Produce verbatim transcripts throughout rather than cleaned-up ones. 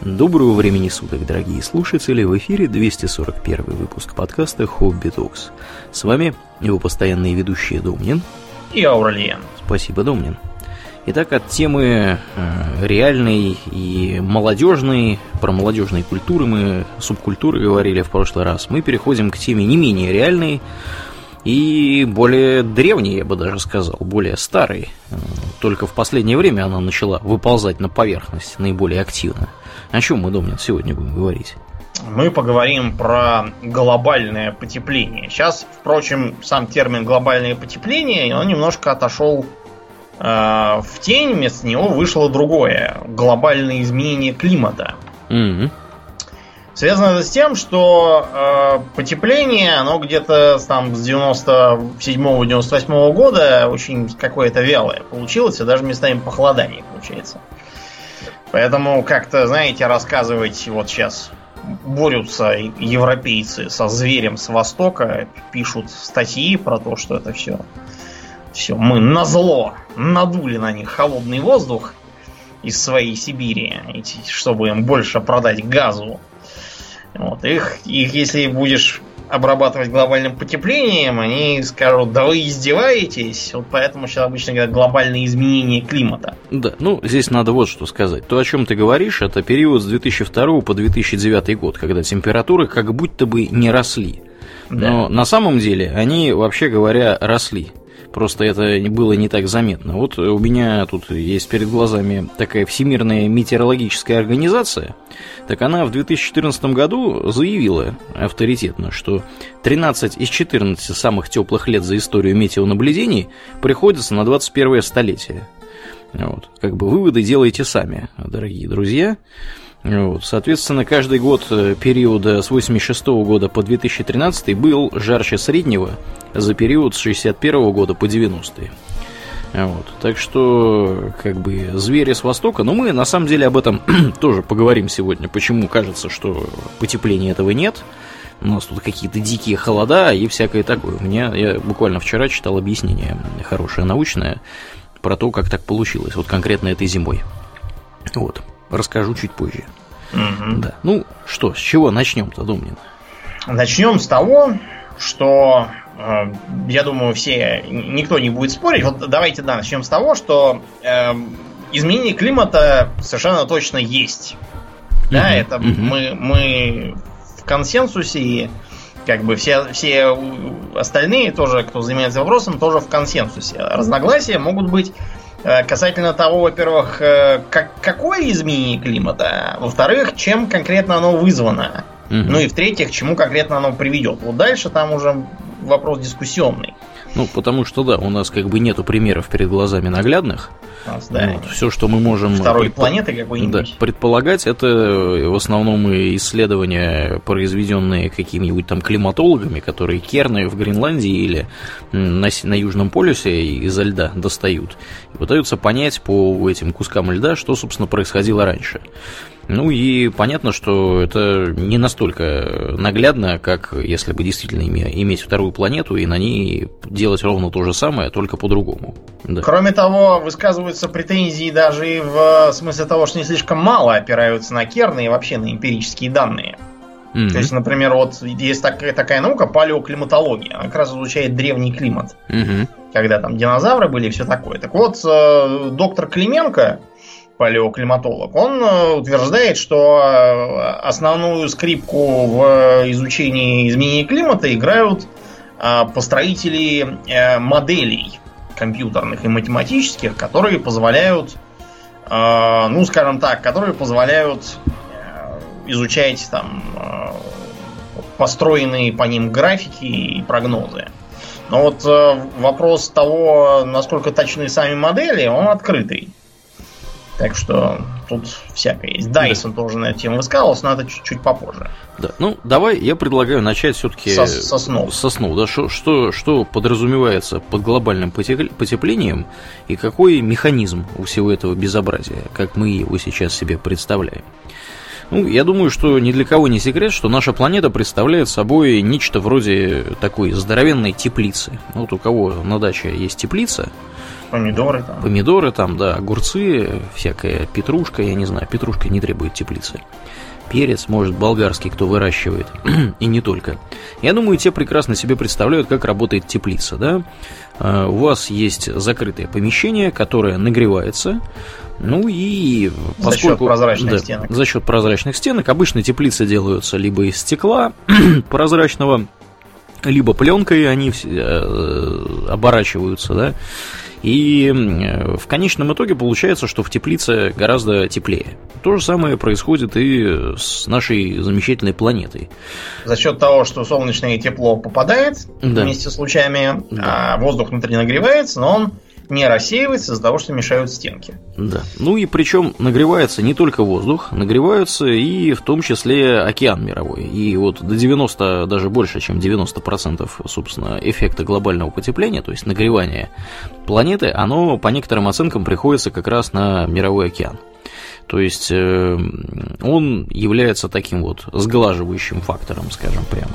Доброго времени суток, дорогие слушатели, в эфире двести сорок первый выпуск подкаста Хобби Токс. С вами его постоянные ведущие Домнин и Аурельян. Спасибо, Домнин. Итак, от темы э, реальной и молодежной, про молодежные культуры мы, субкультуры говорили в прошлый раз, мы переходим к теме не менее реальной и более древней, я бы даже сказал, более старой. Только в последнее время она начала выползать на поверхность наиболее активно. О чем мы, Домнин, сегодня будем говорить? Мы поговорим про глобальное потепление. Сейчас, впрочем, сам термин глобальное потепление, он немножко отошел э, в тень, вместо него вышло другое. Глобальное изменение климата. Mm-hmm. Связано это с тем, что э, потепление, оно где-то там с девяносто седьмого - девяносто восьмого года очень какое-то вялое получилось, и даже местами похолодание получается. Поэтому как-то, знаете, рассказывать, вот сейчас борются европейцы со зверем с Востока, пишут статьи про то, что это все, все мы назло надули на них холодный воздух из своей Сибири, чтобы им больше продать газу. Вот, их, их, если будешь обрабатывать глобальным потеплением, они скажут: да вы издеваетесь. Вот поэтому сейчас обычно говорят глобальное изменение климата. Да, ну здесь надо вот что сказать. То, о чем ты говоришь, это период с две тысячи второго по две тысячи девятый год, когда температуры как будто бы не росли. Да. Но на самом деле они, вообще говоря, росли. Просто это было не так заметно. Вот у меня тут есть перед глазами такая Всемирная метеорологическая организация. Так она в две тысячи четырнадцатом году заявила авторитетно, что тринадцать из четырнадцати самых теплых лет за историю метеонаблюдений приходится на двадцать первое столетие. Вот. Как бы выводы делайте сами, дорогие друзья. Вот. Соответственно, каждый год периода с восемьдесят шестого года по две тысячи тринадцатый был жарче среднего за период с шестьдесят первого года по девяностый. Вот. Так что, как бы, звери с Востока. Но мы, на самом деле, об этом тоже поговорим сегодня. Почему кажется, что потепления этого нет. У нас тут какие-то дикие холода и всякое такое. У меня, я буквально вчера читал объяснение хорошее, научное, про то, как так получилось. Вот конкретно этой зимой. Вот. Расскажу чуть позже. Mm-hmm. Да. Ну что, с чего начнем-то, Домнин? Начнем с того, что э, я думаю, все никто не будет спорить. Вот давайте, да, начнем с того, что э, изменение климата совершенно точно есть. Mm-hmm. Да, это mm-hmm. мы, мы в консенсусе, и как бы все, все остальные тоже, кто занимается вопросом, тоже в консенсусе. Разногласия могут быть касательно того, во-первых, как, какое изменение климата, во-вторых, чем конкретно оно вызвано, угу. Ну и в-третьих, чему конкретно оно приведет. Вот дальше там уже вопрос дискуссионный. Ну, потому что, да, у нас как бы нету примеров перед глазами наглядных. Нас, да, вот, все, что мы можем второй предпо... планеты какой-нибудь. Да, предполагать, это в основном исследования, произведенные какими-нибудь там климатологами, которые керны в Гренландии или на, на Южном полюсе изо льда достают и пытаются понять по этим кускам льда, что, собственно, происходило раньше. Ну и понятно, что это не настолько наглядно, как если бы действительно иметь вторую планету и на ней делать ровно то же самое, только по-другому. Да. Кроме того, высказываются претензии даже и в смысле того, что не слишком мало опираются на керны и вообще на эмпирические данные. Mm-hmm. То есть, например, вот есть такая, такая наука палеоклиматология, она как раз изучает древний климат, mm-hmm. когда там динозавры были и все такое. Так вот, доктор Клименко, палеоклиматолог, он утверждает, что основную скрипку в изучении изменения климата играют построители моделей компьютерных и математических, которые позволяют, ну, скажем так, которые позволяют изучать там построенные по ним графики и прогнозы. Но вот вопрос того, насколько точны сами модели, он открытый. Так что тут всякое есть. Дайсон да. тоже на эту тему высказывался, но это чуть-чуть попозже. Да. Ну, давай я предлагаю начать все-таки со, со снов. Со снов, да, что, что, что подразумевается под глобальным потеплением и какой механизм у всего этого безобразия, как мы его сейчас себе представляем. Ну, я думаю, что ни для кого не секрет, что наша планета представляет собой нечто вроде такой здоровенной теплицы. Вот у кого на даче есть теплица, Помидоры там. Помидоры там, да, огурцы, всякая петрушка, я не знаю, петрушка не требует теплицы. Перец, может, болгарский, кто выращивает, и не только. Я думаю, те прекрасно себе представляют, как работает теплица, да? У вас есть закрытое помещение, которое нагревается, ну и за поскольку, счет прозрачных да, стенок. За счет прозрачных стенок. Обычно теплицы делаются либо из стекла прозрачного, либо пленкой они оборачиваются, да? И в конечном итоге получается, что в теплице гораздо теплее. То же самое происходит и с нашей замечательной планетой. За счет того, что солнечное тепло попадает, да, вместе с лучами, да, а воздух внутри нагревается, но он не рассеивается из-за того, что мешают стенки. Да. Ну и причем нагревается не только воздух, нагреваются и в том числе океан мировой. И вот до девяноста, даже больше, чем девяносто процентов, собственно, эффекта глобального потепления, то есть нагревания планеты, оно по некоторым оценкам приходится как раз на мировой океан. То есть э, он является таким вот сглаживающим фактором, скажем прямо.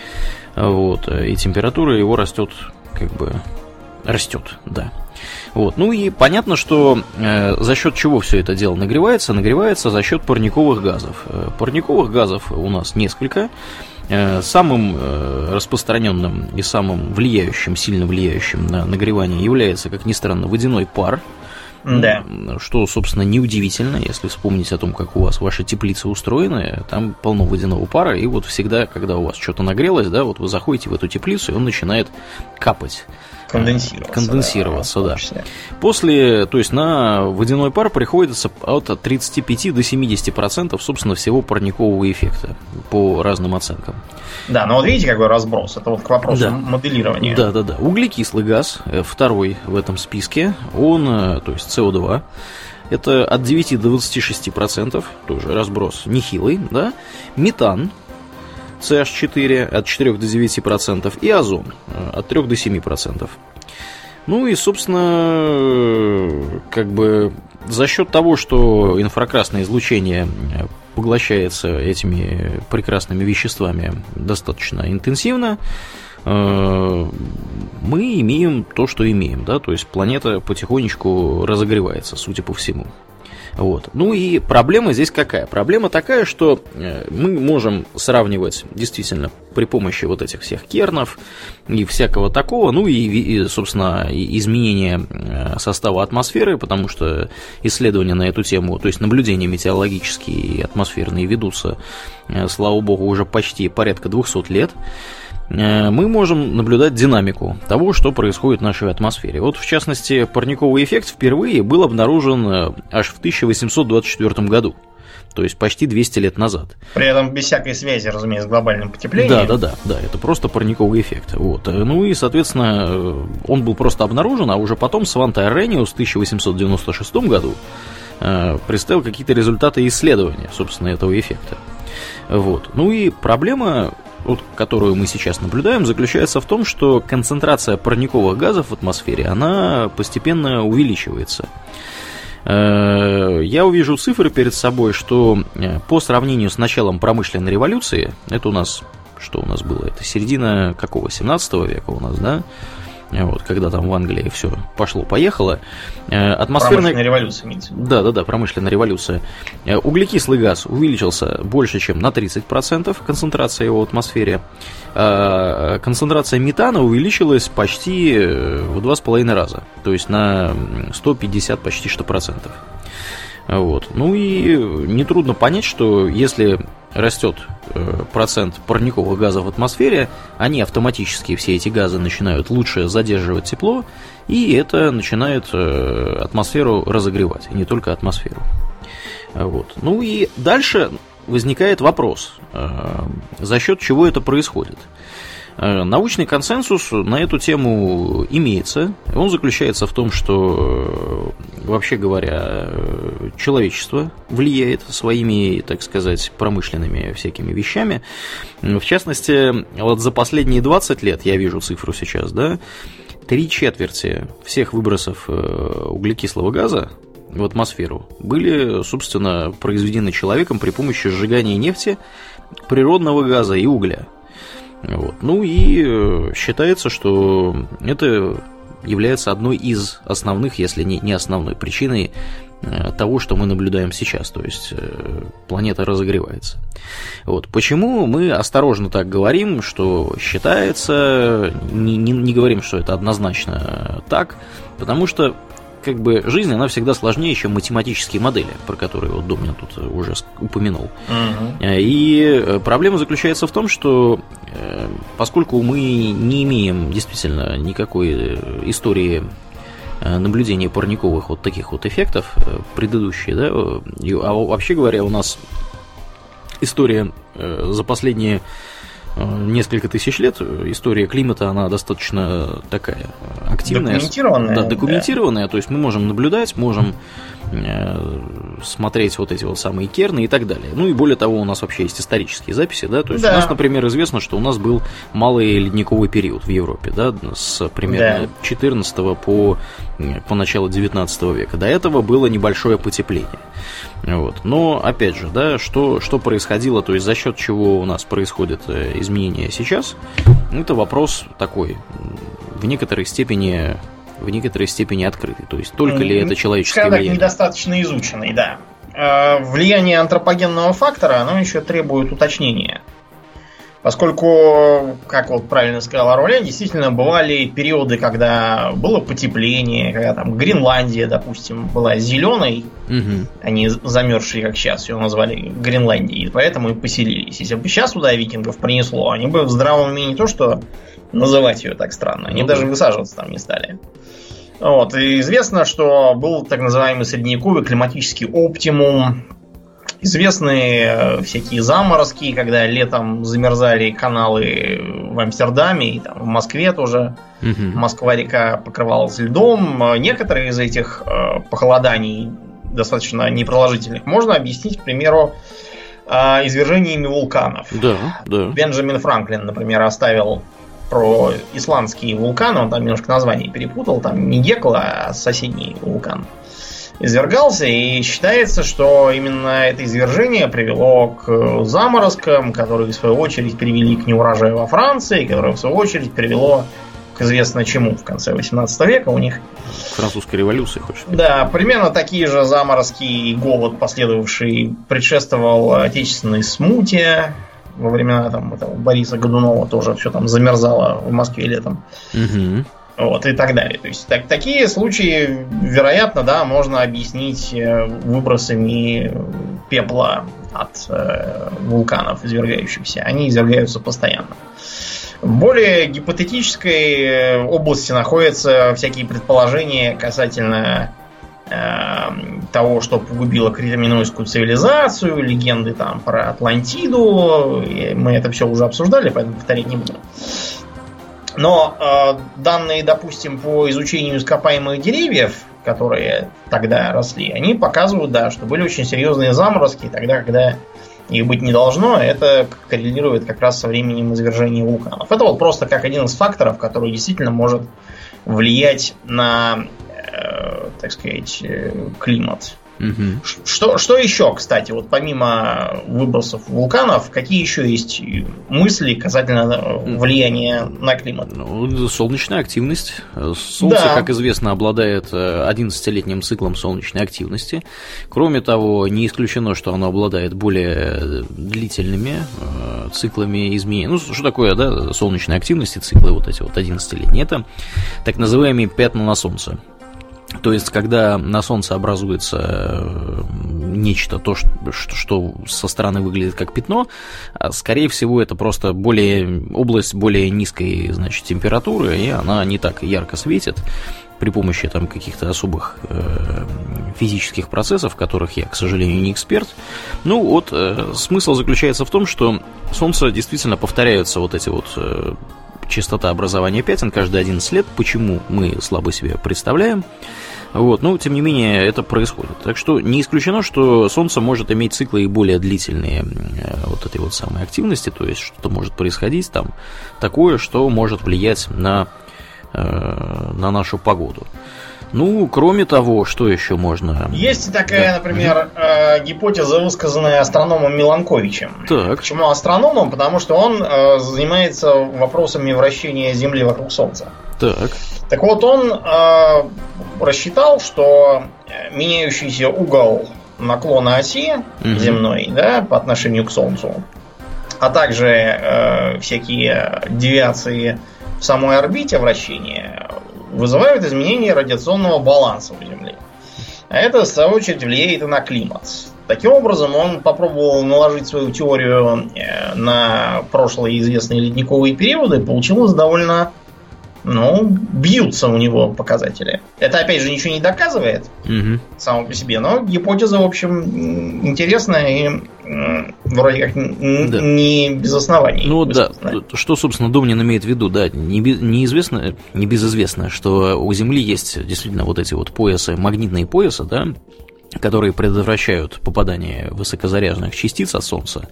Вот. И температура его растет, как бы растет, да. Вот. Ну и понятно, что э, за счет чего все это дело нагревается? Нагревается за счет парниковых газов. Э, парниковых газов у нас несколько. Э, самым э, распространенным и самым влияющим, сильно влияющим на нагревание является, как ни странно, водяной пар. Да. Что, собственно, неудивительно, если вспомнить о том, как у вас ваши теплицы устроены, там полно водяного пара, и вот всегда, когда у вас что-то нагрелось, да, вот вы заходите в эту теплицу, и он начинает капать. Конденсироваться. Конденсироваться, да. да. После, то есть на водяной пар приходится от тридцати пяти до семидесяти процентов, собственно, всего парникового эффекта по разным оценкам. Да, но вот видите, какой разброс, это вот к вопросу да. моделирования. Да, да, да. Углекислый газ, второй в этом списке, он, то есть С О два, это от девяти до двадцати шести процентов, тоже разброс нехилый, да. Метан, С Аш четыре, от четырёх до девяти процентов, и озон от трёх до семи процентов. Ну и, собственно, как бы за счет того, что инфракрасное излучение поглощается этими прекрасными веществами достаточно интенсивно, мы имеем то, что имеем, да, то есть планета потихонечку разогревается, судя по всему. Вот. Ну и проблема здесь какая? Проблема такая, что мы можем сравнивать действительно при помощи вот этих всех кернов и всякого такого, ну и, и собственно, изменения состава атмосферы, потому что исследования на эту тему, то есть наблюдения метеорологические и атмосферные ведутся, слава богу, уже почти порядка двухсот лет. Мы можем наблюдать динамику того, что происходит в нашей атмосфере. Вот, в частности, парниковый эффект впервые был обнаружен аж в тысяча восемьсот двадцать четвёртом году, то есть почти двести лет назад. При этом без всякой связи, разумеется, с глобальным потеплением. Да, да, да, да, это просто парниковый эффект. Вот. Ну и, соответственно, он был просто обнаружен, а уже потом Сванте Аррhenius в тысяча восемьсот девяносто шестом году представил какие-то результаты исследования, собственно, этого эффекта. Вот. Ну и проблема, вот, которую мы сейчас наблюдаем, заключается в том, что концентрация парниковых газов в атмосфере, она постепенно увеличивается. Я увижу цифры перед собой, что по сравнению с началом промышленной революции, это у нас, что у нас было, это середина какого, семнадцатого века у нас, да? Вот, когда там в Англии все пошло-поехало. Атмосферная... Промышленная революция. Да, да, да, промышленная революция. Углекислый газ увеличился больше, чем на тридцать процентов, концентрация его в атмосфере. Концентрация метана увеличилась почти в два с половиной раза, то есть на сто пятьдесят почти что процентов. Вот. Ну и нетрудно понять, что если растет процент парниковых газов в атмосфере, они автоматически, все эти газы, начинают лучше задерживать тепло, и это начинает атмосферу разогревать, и не только атмосферу. Вот. Ну и дальше возникает вопрос, за счет чего это происходит. Научный консенсус на эту тему имеется. Он заключается в том, что, вообще говоря, человечество влияет своими, так сказать, промышленными всякими вещами. В частности, вот за последние двадцать лет, я вижу цифру сейчас, да, три четверти всех выбросов углекислого газа в атмосферу были, собственно, произведены человеком при помощи сжигания нефти, природного газа и угля. Вот. Ну и считается, что это является одной из основных, если не, не основной причиной того, что мы наблюдаем сейчас, то есть планета разогревается. Вот. Почему мы осторожно так говорим, что считается, не, не, не говорим, что это однозначно так, потому что как бы жизнь, она всегда сложнее, чем математические модели, про которые вот Домнин тут уже упомянул. Uh-huh. И проблема заключается в том, что поскольку мы не имеем действительно никакой истории наблюдения парниковых вот таких вот эффектов предыдущие, да, а вообще говоря, у нас история за последние несколько тысяч лет, история климата, она достаточно такая активная. Документированная. Да, документированная, да. То есть мы можем наблюдать, можем э, смотреть вот эти вот самые керны и так далее. Ну и более того, у нас вообще есть исторические записи, да, то есть да. У нас, например, известно, что у нас был малый ледниковый период в Европе, да, с примерно да. четырнадцатого по, по начало девятнадцатого века. До этого было небольшое потепление. Вот. Но, опять же, да, что, что происходило, то есть за счет чего у нас происходит изменения сейчас, это вопрос такой, в некоторой степени, в некоторой степени открытый. То есть только ли это человеческое Скажем влияние? Так, недостаточно изученный, да. Влияние антропогенного фактора, оно еще требует уточнения. Поскольку, как вот правильно сказал Орлен, действительно бывали периоды, когда было потепление, когда там Гренландия, допустим, была зеленой, угу. Они замерзшие, как сейчас, ее назвали Гренландией, поэтому и поселились. Если бы сейчас туда викингов принесло, они бы в здравом уме не то, что называть ее так странно, они ну, даже высаживаться там не стали. Вот. И известно, что был так называемый средневековый климатический оптимум. Известны всякие заморозки, когда летом замерзали каналы в Амстердаме и там, в Москве тоже. Угу. Москва-река покрывалась льдом. Некоторые из этих э, похолоданий, достаточно непродолжительных, можно объяснить, к примеру, э, извержениями вулканов. Да, да. Бенджамин Франклин, например, оставил про исландские вулканы, он там немножко название перепутал, там не Гекла, а соседний вулкан извергался, и считается, что именно это извержение привело к заморозкам, которые в свою очередь привели к неурожаю во Франции, которое в свою очередь привело к известно чему в конце восемнадцатого века у них. Французской революции, хочешь сказать? Да, примерно такие же заморозки и голод, последовавший, предшествовал отечественной смуте. Во времена там, этого Бориса Годунова тоже все там замерзало в Москве летом. Угу. Вот, и так далее. То есть так, такие случаи, вероятно, да, можно объяснить выбросами пепла от э, вулканов извергающихся. Они извергаются постоянно. В более гипотетической области находятся всякие предположения касательно э, того, что погубило критоминойскую цивилизацию, легенды там про Атлантиду. И мы это все уже обсуждали, поэтому повторять не буду. Но э, данные, допустим, по изучению ископаемых деревьев, которые тогда росли, они показывают, да, что были очень серьезные заморозки, тогда, когда их быть не должно, это коррелирует как раз со временем извержения вулканов. Это вот просто как один из факторов, который действительно может влиять на, э, так сказать, климат. Угу. Что, что еще, кстати, вот помимо выбросов вулканов, какие еще есть мысли касательно влияния на климат? Ну, солнечная активность. Солнце, да. Как известно, обладает одиннадцатилетним циклом солнечной активности. Кроме того, не исключено, что оно обладает более длительными циклами изменений. Ну, что такое, да, солнечная активность и циклы вот эти вот одиннадцатилетние? Это так называемые пятна на солнце. То есть, когда на Солнце образуется нечто, то, что, что со стороны выглядит как пятно, скорее всего, это просто более, область более низкой, значит, температуры, и она не так ярко светит при помощи там, каких-то особых э, физических процессов, в которых я, к сожалению, не эксперт. Ну, вот э, смысл заключается в том, что Солнце действительно повторяются вот эти вот... Э, частота образования пятен каждые одиннадцать лет, почему мы слабо себе представляем. Вот, но, тем не менее, это происходит. Так что не исключено, что Солнце может иметь циклы и более длительные вот этой вот самой активности, то есть что-то может происходить там такое, что может влиять на, на нашу погоду. Ну, кроме того, что еще можно... Есть такая, да. например, э, гипотеза, высказанная астрономом Миланковичем. Так. Почему астрономом? Потому что он э, занимается вопросами вращения Земли вокруг Солнца. Так. Так вот, он э, рассчитал, что меняющийся угол наклона оси угу. земной, да, по отношению к Солнцу, а также э, всякие девиации в самой орбите вращения вызывают изменение радиационного баланса у Земли. А это, в свою очередь, влияет и на климат. Таким образом, он попробовал наложить свою теорию на прошлые известные ледниковые периоды. Получилось довольно... Ну, бьются у него показатели. Это, опять же, ничего не доказывает угу. само по себе, но гипотеза, в общем, интересная и вроде как да. не без оснований. Ну да, что, собственно, Домнин имеет в виду, да, неизвестно, не безызвестно, что у Земли есть действительно вот эти вот поясы, магнитные поясы, да, которые предотвращают попадание высокозаряженных частиц от Солнца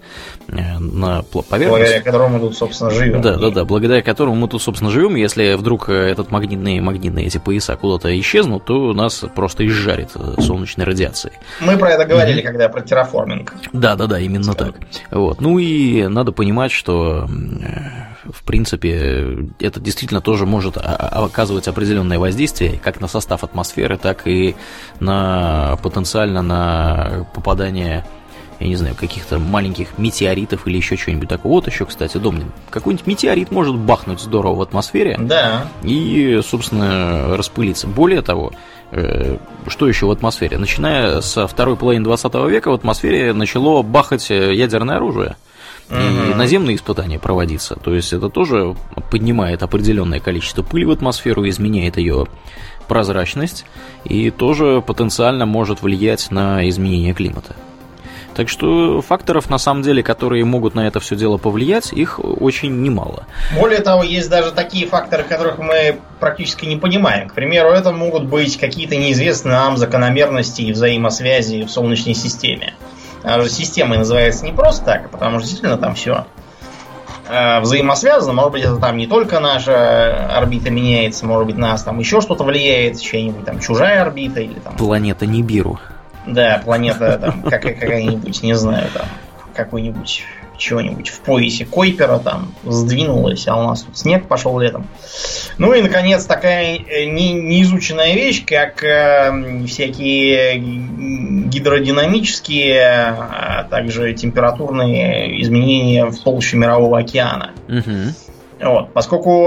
на поверхность. Благодаря которому мы тут, собственно, живем. Да, да, да, благодаря которому мы тут, собственно, живем. Если вдруг этот магнитные, магнитные эти пояса куда-то исчезнут, то нас просто изжарит солнечной радиацией. Мы про это говорили, mm-hmm. когда про терраформинг. Да, да, да, именно Все. так. Вот. Ну и надо понимать, что в принципе это действительно тоже может оказывать определенное воздействие как на состав атмосферы, так и на потенциально на попадание, я не знаю, каких-то маленьких метеоритов или еще чего-нибудь такого. Вот еще, кстати, Домнин, какой-нибудь метеорит может бахнуть здорово в атмосфере да. и, собственно, распылиться. Более того, что еще в атмосфере? Начиная со второй половины двадцатого века в атмосфере начало бахать ядерное оружие. И uh-huh. наземные испытания проводиться. То есть это тоже поднимает определенное количество пыли в атмосферу, изменяет ее прозрачность и тоже потенциально может влиять на изменение климата. Так что факторов, на самом деле, которые могут на это все дело повлиять, их очень немало. Более того, есть даже такие факторы, которых мы практически не понимаем. К примеру, это могут быть какие-то неизвестные нам закономерности и взаимосвязи в Солнечной системе. Система называется не просто так, потому что действительно там все взаимосвязано. Может быть, это там не только наша орбита меняется, может быть, нас там еще что-то влияет, чья-нибудь там чужая орбита или там... Планета Нибиру. Да, планета там какая-нибудь, не знаю, там какой-нибудь чего-нибудь в поясе Койпера там сдвинулось, а у нас тут снег пошел летом. Ну и, наконец, такая не, неизученная вещь, как э, всякие гидродинамические, а также температурные изменения в толще Мирового океана. Угу. Вот, поскольку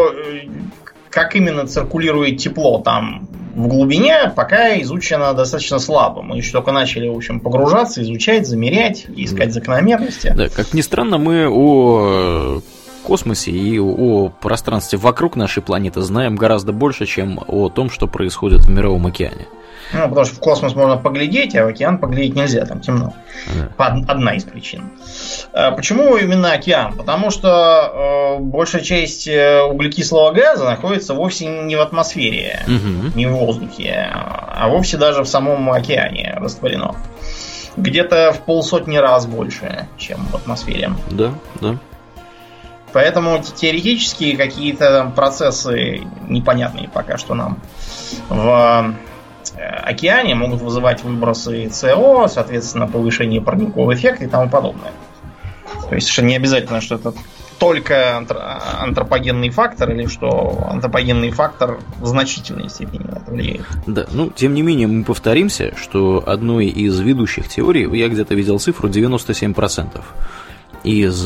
как именно циркулирует тепло там в глубине, пока изучено достаточно слабо. Мы еще только начали, в общем, погружаться, изучать, замерять, искать закономерности. Да, как ни странно, мы о космосе и о пространстве вокруг нашей планеты знаем гораздо больше, чем о том, что происходит в Мировом океане. Ну, потому что в космос можно поглядеть, а в океан поглядеть нельзя, там темно. Да. Одна из причин. Почему именно океан? Потому что э, большая часть углекислого газа находится вовсе не в атмосфере, угу. не в воздухе, а вовсе даже в самом океане растворено. Где-то в полсотни раз больше, чем в атмосфере. Да, да. Поэтому теоретически какие-то процессы непонятные пока что нам в океане могут вызывать выбросы СО, соответственно, повышение парникового эффекта и тому подобное. То есть, что не обязательно, что это только антропогенный фактор, или что антропогенный фактор в значительной степени на это влияет. Да, ну, тем не менее, мы повторимся, что одной из ведущих теорий, я где-то видел цифру, девяносто семь процентов из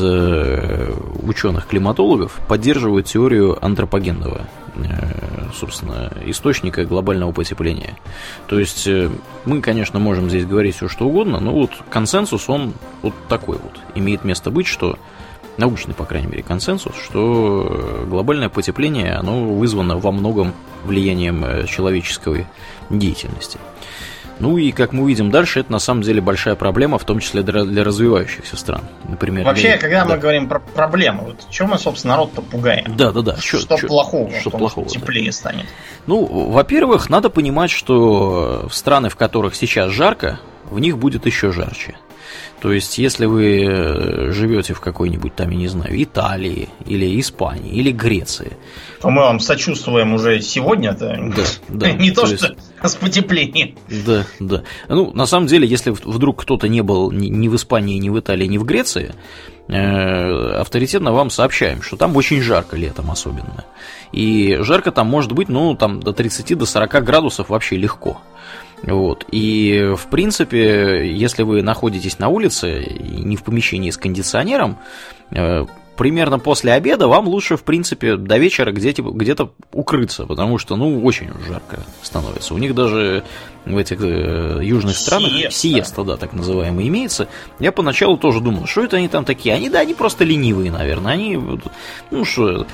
ученых-климатологов поддерживают теорию антропогенного, собственно, источника глобального потепления. То есть мы, конечно, можем здесь говорить все что угодно, но вот консенсус, он вот такой вот. Имеет место быть, что научный, по крайней мере, консенсус, что глобальное потепление, оно вызвано во многом влиянием человеческой деятельности. Ну и, как мы увидим дальше, это на самом деле большая проблема, в том числе для развивающихся стран. Например, вообще, для... когда да. мы говорим про проблему, вот чем мы, собственно, народ-то пугаем? Да, да, да. Что, что плохого, что что плохого, теплее да. станет? Ну, во-первых, надо понимать, что в страны, в которых сейчас жарко, в них будет еще жарче. То есть, если вы живете в какой-нибудь там, я не знаю, Италии, или Испании, или Греции, то мы вам сочувствуем уже сегодня-то. Да, да. Не то, то что есть... с потеплением. Да, да. Ну, на самом деле, если вдруг кто-то не был ни в Испании, ни в Италии, ни в Греции, авторитетно вам сообщаем, что там очень жарко летом особенно. И жарко там может быть, ну, там до тридцати, до сорока градусов вообще легко. Вот. И, в принципе, если вы находитесь на улице, не в помещении с кондиционером, примерно после обеда вам лучше, в принципе, до вечера где-то, где-то укрыться, потому что, ну, очень жарко становится. У них даже в этих э, южных странах сиеста. сиеста, да, так называемая, имеется. Я поначалу тоже думал, что это они там такие? Они, да, они просто ленивые, наверное. Они, ну, что...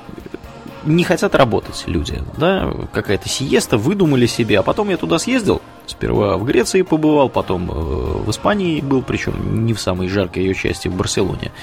не хотят работать люди, да, какая-то сиеста, выдумали себе, а потом я туда съездил, сперва в Греции побывал, потом в Испании был, причем не в самой жаркой ее части, в Барселоне.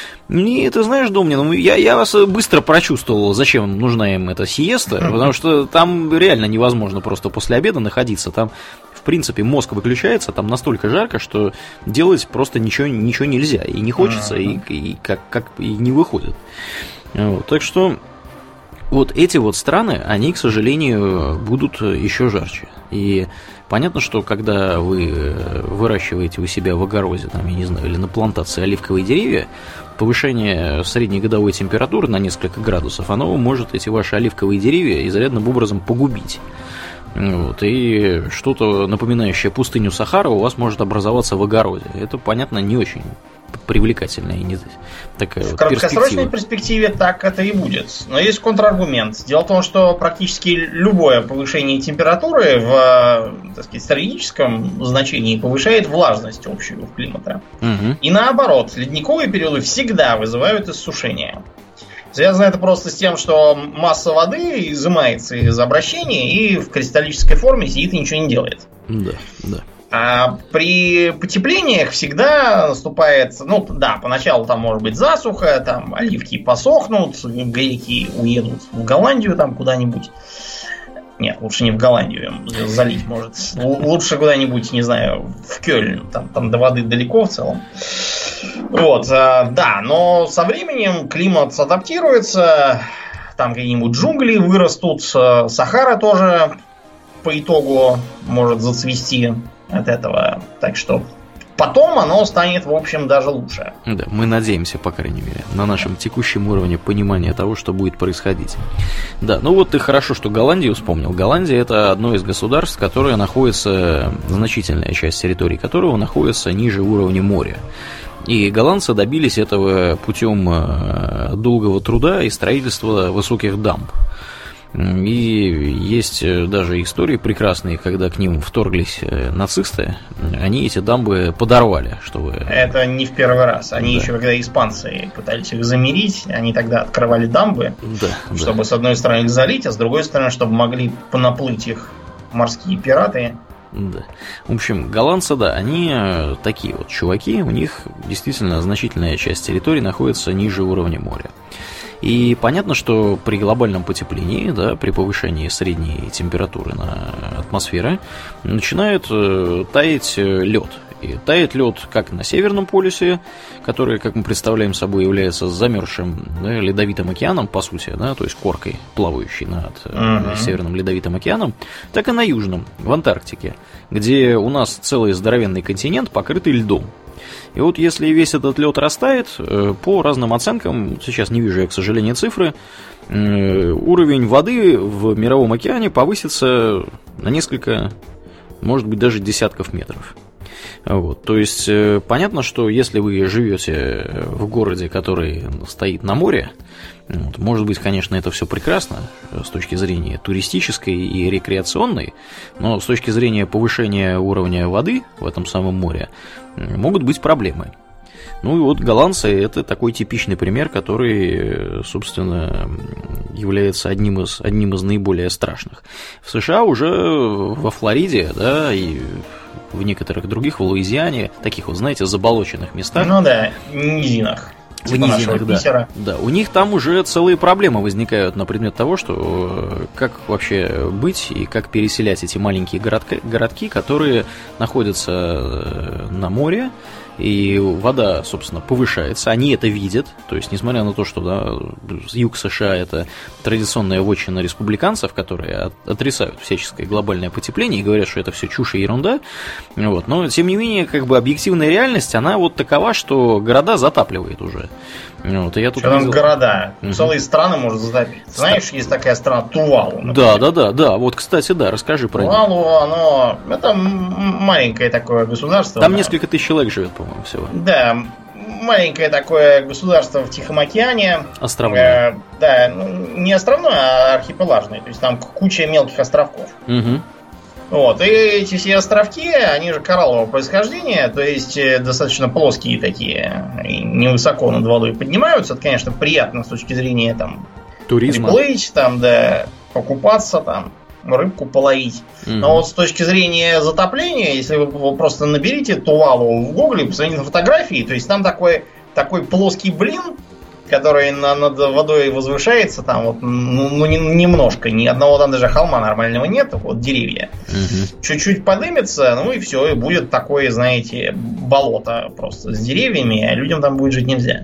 И ты знаешь, Домнин, ну, я, я вас быстро прочувствовал, зачем нужна им эта сиеста, потому что там реально невозможно просто после обеда находиться, там, в принципе, мозг выключается, там настолько жарко, что делать просто ничего, ничего нельзя, и не хочется, и, и, как, как, и не выходит. Вот, так что... Вот эти вот страны, они, к сожалению, будут еще жарче. И понятно, что когда вы выращиваете у себя в огороде, там, я не знаю, или на плантации оливковые деревья, повышение среднегодовой температуры на несколько градусов, оно может эти ваши оливковые деревья изрядным образом погубить. Вот, и что-то напоминающее пустыню Сахара у вас может образоваться в огороде. Это, понятно, не очень привлекательная и не такая в вот краткосрочной перспективе так это и будет. Но есть контраргумент. Дело в том, что практически любое повышение температуры в, так сказать, стратегическом значении повышает влажность общую климата. Угу. И наоборот, ледниковые периоды всегда вызывают иссушение. Связано это просто с тем, что масса воды изымается из обращения и в кристаллической форме сидит и ничего не делает. Да, да. А при потеплениях всегда наступает, ну да, поначалу там может быть засуха, там оливки посохнут, греки уедут в Голландию там куда-нибудь. Нет, лучше не в Голландию, залить может. Лучше куда-нибудь, не знаю, в Кёльн, там, там до воды далеко в целом. Вот, да, но со временем климат адаптируется, там какие-нибудь джунгли вырастут, Сахара тоже по итогу может зацвести от этого. Так что потом оно станет, в общем, даже лучше. Да, мы надеемся, по крайней мере, на нашем текущем уровне понимания того, что будет происходить. Да, ну вот ты хорошо, что Голландию вспомнил. Голландия — это одно из государств, которое находится, значительная часть территории которого находится ниже уровня моря. И голландцы добились этого путем долгого труда и строительства высоких дамб. И есть даже истории прекрасные, когда к ним вторглись нацисты, они эти дамбы подорвали, чтобы... Это не в первый раз. Они да. еще, когда испанцы пытались их замирить, они тогда открывали дамбы, да, чтобы да. с одной стороны их залить, а с другой стороны, чтобы могли понаплыть их морские пираты. Да. В общем, голландцы, да, они такие вот чуваки, у них действительно значительная часть территории находится ниже уровня моря. И понятно, что при глобальном потеплении, да, при повышении средней температуры на атмосфере начинает э, таять лед. И тает лед как на Северном полюсе, который, как мы представляем собой, является замерзшим, да, ледовитым океаном, по сути, да, то есть коркой, плавающей над uh-huh. Северным ледовитым океаном, так и на Южном, в Антарктике, где у нас целый здоровенный континент, покрытый льдом. И вот если весь этот лед растает, по разным оценкам, сейчас не вижу я, к сожалению, цифры, уровень воды в Мировом океане повысится на несколько, может быть, даже десятков метров. Вот, то есть понятно, что если вы живете в городе, который стоит на море, вот, может быть, конечно, это все прекрасно с точки зрения туристической и рекреационной, но с точки зрения повышения уровня воды в этом самом море могут быть проблемы. Ну и вот голландцы — это такой типичный пример, который, собственно, является одним из, одним из наиболее страшных. В США уже во Флориде, да, и в некоторых других, в Луизиане, таких вот, знаете, заболоченных местах. Ну да, низинах. В типа низинах, да. Да, у них там уже целые проблемы возникают на предмет того, что как вообще быть и как переселять эти маленькие городки, городки, которые находятся на море и вода, собственно, повышается, они это видят, то есть, несмотря на то, что да, юг США – это традиционная вотчина республиканцев, которые отрицают всяческое глобальное потепление и говорят, что это все чушь и ерунда, вот, но, тем не менее, как бы объективная реальность, она вот такова, что города затапливает уже. Вот, и я тут что видел... там города? Угу. Целые страны может затопить. Знаешь, есть такая страна Тувалу. Например. Да, да, да, да. Вот, кстати, да, расскажи про Тувалу, него. оно. Это маленькое такое государство. Там да. несколько тысяч человек живет, по-моему, всего. Да, маленькое такое государство в Тихом океане. Островное. Э, да, ну, не островное, а архипелагное. То есть там куча мелких островков. Угу. Вот, и эти все островки, они же кораллового происхождения, то есть достаточно плоские такие, и невысоко над водой поднимаются. Это, конечно, приятно с точки зрения там туризма. Приплыть, там, да, покупаться, там, рыбку половить. Mm-hmm. Но вот с точки зрения затопления, если вы просто наберите Тувалу в гугле, посмотрите на фотографии, то есть там такой, такой плоский блин, который на, над водой возвышается, там вот, ну, ну не, немножко, ни одного там даже холма нормального нет, вот деревья. Угу. Чуть-чуть подымется, ну и все, и будет такое, знаете, болото просто с деревьями, а людям там будет жить нельзя.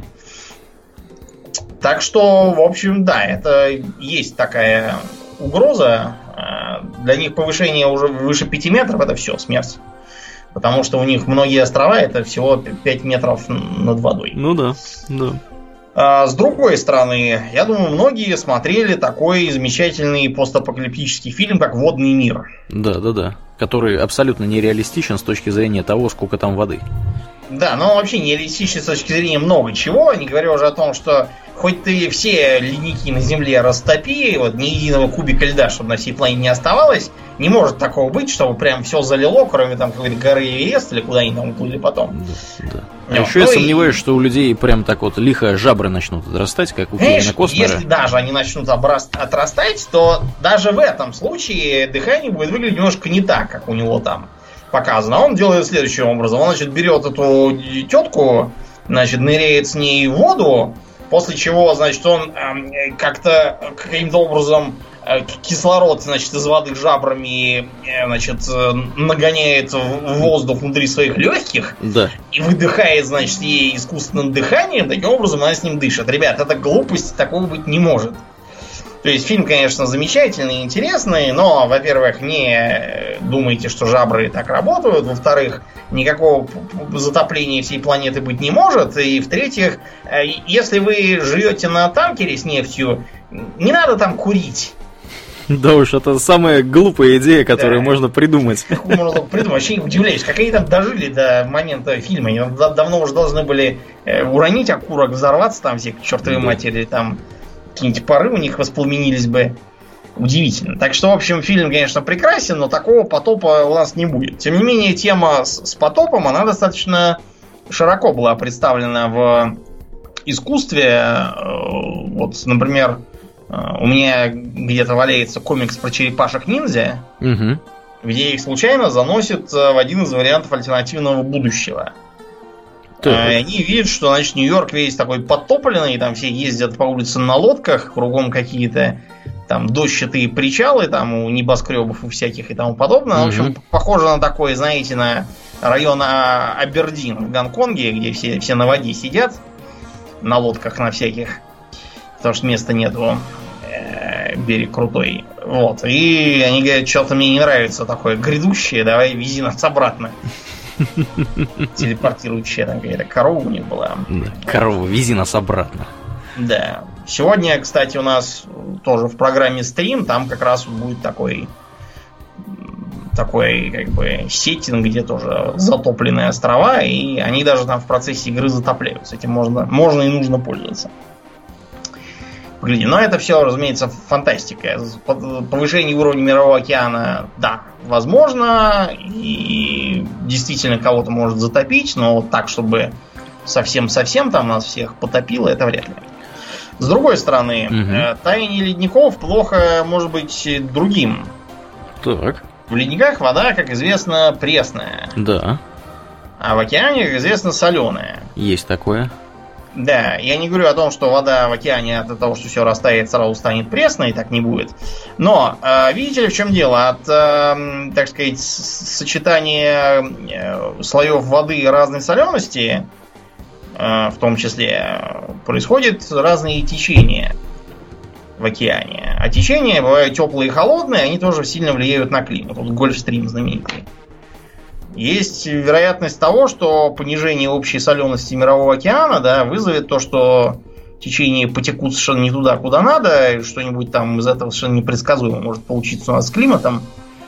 Так что, в общем, да, это есть такая угроза. Для них повышение уже выше пяти метров, это все, смерть. Потому что у них многие острова это всего пять метров над водой. Ну да, да. А с другой стороны, я думаю, многие смотрели такой замечательный постапокалиптический фильм, как «Водный мир». Да, да, да. Который абсолютно нереалистичен с точки зрения того, сколько там воды. Да, но он вообще нереалистичен с точки зрения много чего, не говоря уже о том, что хоть ты все ледники на Земле растопи, вот ни единого кубика льда, чтобы на всей планете не оставалось, не может такого быть, чтобы прям все залило, кроме там какой-то горы Эверест или куда они там уплыли потом. Да, да. А ну, еще ну я сомневаюсь, и... что у людей прям так вот лихо жабры начнут отрастать, как у Кевина Костнера. Если даже они начнут обраст... отрастать, то даже в этом случае дыхание будет выглядеть немножко не так, как у него там показано. Он делает следующим образом. Он, значит, берет эту тетку, значит, ныряет с ней в воду, после чего, значит, он э, как-то каким-то образом э, кислород, значит, из воды жабрами, э, значит, э, нагоняет в воздух внутри своих легких, да. И выдыхает, значит, ей искусственным дыханием, таким образом она с ним дышит. Ребят, это глупость, такого быть не может. То есть фильм, конечно, замечательный, интересный, но, во-первых, не думайте, что жабры так работают, во-вторых, никакого затопления всей планеты быть не может, и, в-третьих, если вы живете на танкере с нефтью, не надо там курить. Да уж, это самая глупая идея, которую да. можно придумать. Можно придумать. Вообще удивляюсь, как они там дожили до момента фильма. Они давно уже должны были уронить окурок, взорваться там все к чертовой да. матери, там какие-нибудь пары у них воспламенились бы. Удивительно. Так что, в общем, фильм, конечно, прекрасен, но такого потопа у нас не будет. Тем не менее, тема с, с потопом, она достаточно широко была представлена в искусстве. Вот, например, у меня где-то валяется комикс про черепашек-ниндзя, угу. где их случайно заносит в один из вариантов альтернативного будущего. Так. И они видят, что, значит, Нью-Йорк весь такой подтопленный, там все ездят по улице на лодках, кругом какие-то там дощатые причалы, там у небоскребов у всяких и тому подобное. Mm-hmm. В общем, похоже на такой, знаете, на район Абердин в Гонконге, где все, все на воде сидят, на лодках на всяких, потому что места нету, берег крутой. Вот. И они говорят, что-то мне не нравится такое грядущее, давай вези нас обратно. Телепортирующая там какая-то корова у них была. Корова, вези нас обратно. Да. Сегодня, кстати, у нас тоже в программе стрим, там как раз будет такой такой, как бы, сеттинг, где тоже затопленные острова, и они даже там в процессе игры затопляются. Этим можно, можно и нужно пользоваться. Погляди. Но это все, разумеется, фантастика. Повышение уровня Мирового океана, да, возможно, и действительно кого-то может затопить, но вот так, чтобы совсем-совсем там нас всех потопило, это вряд ли. С другой стороны, угу. таяние ледников плохо может быть другим. Так. В ледниках вода, как известно, пресная. Да. А в океане, как известно, соленая. Есть такое. Да, я не говорю о том, что вода в океане от того, что все растает, сразу станет пресной, так не будет. Но, э, видите ли, в чем дело? От, э, так сказать, сочетания э, слоев воды разной солености, э, в том числе, происходят разные течения в океане. А течения бывают теплые и холодные, они тоже сильно влияют на климат. Вот Гольфстрим знаменитый. Есть вероятность того, что понижение общей солености Мирового океана, да, вызовет то, что течения потекут совершенно не туда, куда надо, и что-нибудь там из этого совершенно непредсказуемо может получиться у нас с климатом.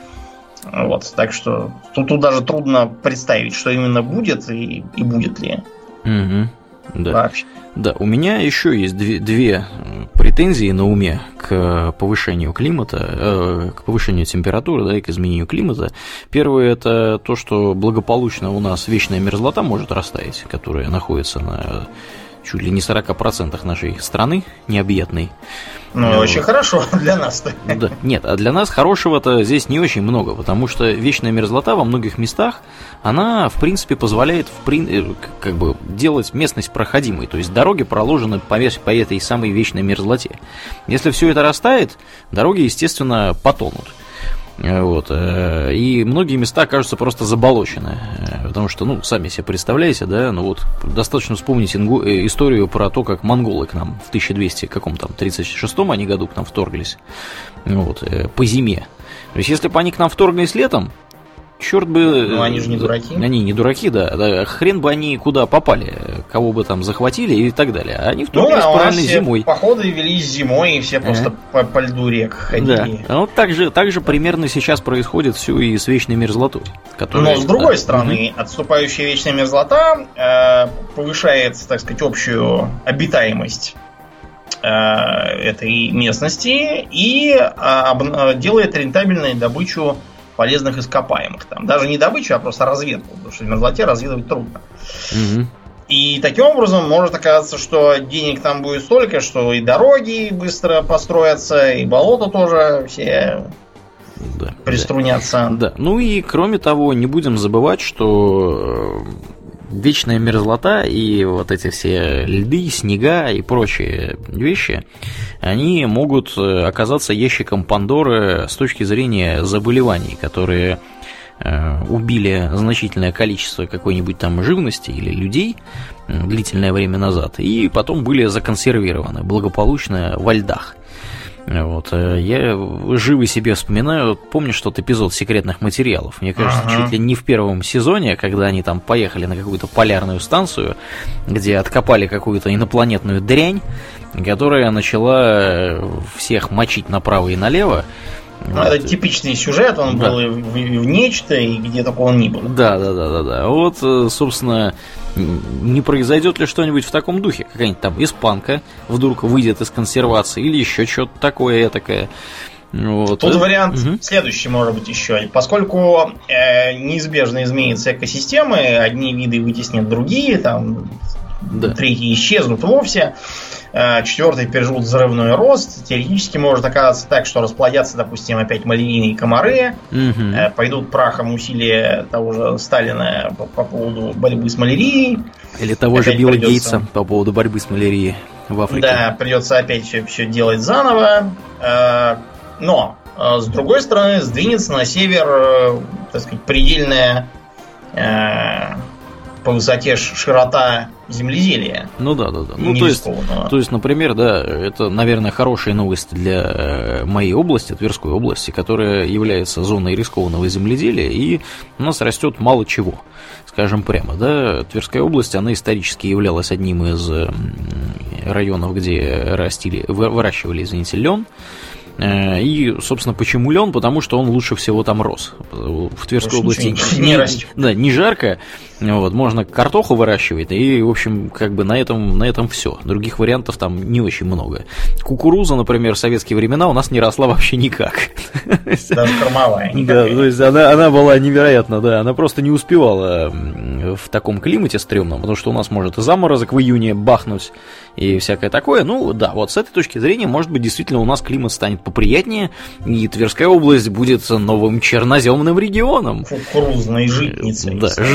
Вот, так что тут, тут даже трудно представить, что именно будет и, и будет ли. Угу. Да. Вообще. Да, у меня еще есть две, две претензии на уме к повышению климата, э, к повышению температуры, да, и к изменению климата. Первое — это то, что благополучно у нас вечная мерзлота может растаять, которая находится на чуть ли не сорок процентов нашей страны необъятной. Ну, вот. Очень хорошо для нас-то. Да. Нет, а для нас хорошего-то здесь не очень много, потому что вечная мерзлота во многих местах, она, в принципе, позволяет в прин... как бы делать местность проходимой, то есть дороги проложены по, по этой самой вечной мерзлоте. Если все это растает, дороги, естественно, потонут. Вот. И многие места окажутся просто заболочены, потому что, ну, сами себе представляете, да, ну вот достаточно вспомнить ингу... историю про то, как монголы к нам в тысяча двести каком там тридцать шестом они году к нам вторглись, вот, по зиме. То есть, если бы они к нам вторглись летом, черт бы... Ну, они же не дураки. Они не дураки, да, да. Хрен бы они куда попали, кого бы там захватили и так далее. Они вторглись, ну, да, правильно, зимой. Походы велись зимой, и все просто по, по льду рек ходили. Да. Вот так же, так же примерно сейчас происходит все и с вечной мерзлотой. Которая... Но с другой да. стороны, угу. отступающая вечная мерзлота э, повышает, так сказать, общую обитаемость э, этой местности и э, об, делает рентабельной добычу полезных ископаемых. Там даже не добычу, а просто разведку, потому что в мерзлоте разведывать трудно. Угу. И таким образом может оказаться, что денег там будет столько, что и дороги быстро построятся, и болота тоже все да, приструнятся. Да, да. Ну и кроме того, не будем забывать, что вечная мерзлота и вот эти все льды, снега и прочие вещи, они могут оказаться ящиком Пандоры с точки зрения заболеваний, которые э, убили значительное количество какой-нибудь там живности или людей длительное время назад, и потом были законсервированы благополучно во льдах. Вот, я живо себе вспоминаю, помнишь тот эпизод «Секретных материалов»? Мне кажется, ага. чуть ли не в первом сезоне, когда они там поехали на какую-то полярную станцию, где откопали какую-то инопланетную дрянь, которая начала всех мочить направо и налево. Ну, вот. Это типичный сюжет, он да. был и в, и в нечто, и где только он ни был. Да, да, да, да, да. Вот, собственно, не произойдет ли что-нибудь в таком духе? Какая-нибудь там испанка вдруг выйдет из консервации, или еще что-то такое этакое. Вот. Тут вариант угу. следующий, может быть, еще. Поскольку э, неизбежно изменится экосистемы, одни виды вытеснят другие, там да. третьи исчезнут вовсе. Четвертый переживут взрывной рост. Теоретически может оказаться так, что расплодятся, допустим, опять малярийные комары, угу. пойдут прахом усилия того же Сталина по, по поводу борьбы с малярией. Или того опять же Билла придется... Гейтса по поводу борьбы с малярией в Африке. Да, придется опять все, все делать заново. Но, с другой стороны, сдвинется на север, так сказать, предельная по высоте широта земледелия. Ну да, да, да. Ну, то есть, то есть, например, да, это, наверное, хорошая новость для моей области, Тверской области, которая является зоной рискованного земледелия, и у нас растет мало чего, скажем прямо, да. Тверская область, она исторически являлась одним из районов, где растили, выращивали, извините, лен. И, собственно, почему лен? Потому что он лучше всего там рос. В Тверской области не, не, растет. Да, не жарко, вот, можно картоху выращивать, и, в общем, как бы на этом, на этом все. Других вариантов там не очень много. Кукуруза, например, в советские времена у нас не росла вообще никак. Даже кормовая. Да, то есть она, она была невероятна, да, она просто не успевала в таком климате стрёмном, потому что у нас может и заморозок в июне бахнуть, и всякое такое. Ну, да, вот с этой точки зрения, может быть, действительно у нас климат станет поприятнее, и Тверская область будет новым черноземным регионом. Кукурузной житницей. Да, житницей.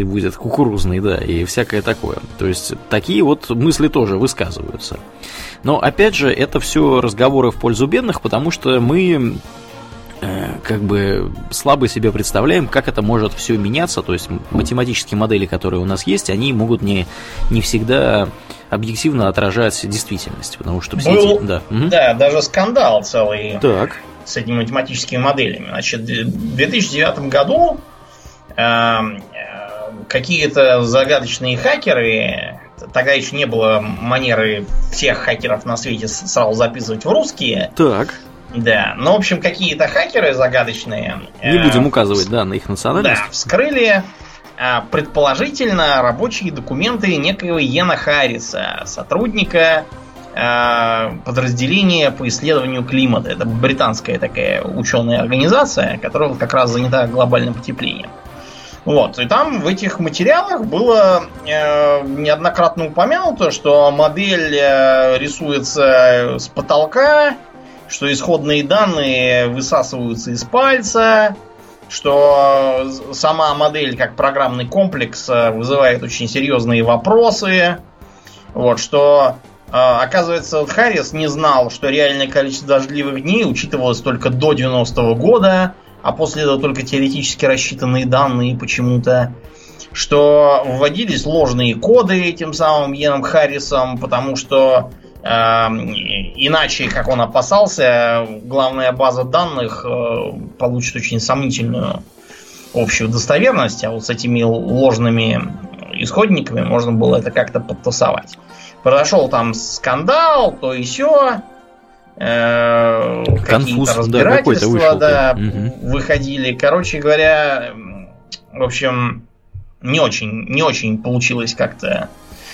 продукции будет кукурузной, да, и всякое такое. То есть такие вот мысли тоже высказываются. Но опять же, это все разговоры в пользу бедных, потому что мы э, как бы слабо себе представляем, как это может все меняться. То есть математические модели, которые у нас есть, они могут не, не всегда объективно отражать действительность, потому что все Был, эти... Да, да, даже скандал целый так. с этими математическими моделями. Значит, в две тысячи девятом году э, какие-то загадочные хакеры, тогда еще не было манеры всех хакеров на свете сразу записывать в русские. Так. Да, ну, в общем, какие-то хакеры загадочные... Не э, будем указывать, да, на их национальность. Да, вскрыли э, предположительно рабочие документы некоего Йена Харриса, сотрудника э, подразделения по исследованию климата. Это британская такая ученая организация, которая как раз занята глобальным потеплением. Вот, и там в этих материалах было э, неоднократно упомянуто, что модель э, рисуется с потолка, что исходные данные высасываются из пальца, что сама модель как программный комплекс вызывает очень серьезные вопросы. Вот, что, э, оказывается, Харрис не знал, что реальное количество дождливых дней учитывалось только до девяностого года, а после этого только теоретически рассчитанные данные почему-то, что вводились ложные коды этим самым Йеном Харрисом, потому что э, иначе, как он опасался, главная база данных э, получит очень сомнительную общую достоверность, а вот с этими ложными исходниками можно было это как-то подтасовать. Произошел там скандал, то и сё. Э, какие-то разбирательства, да, вышел, да, угу. выходили. Короче говоря, в общем, не очень, не очень получилось как-то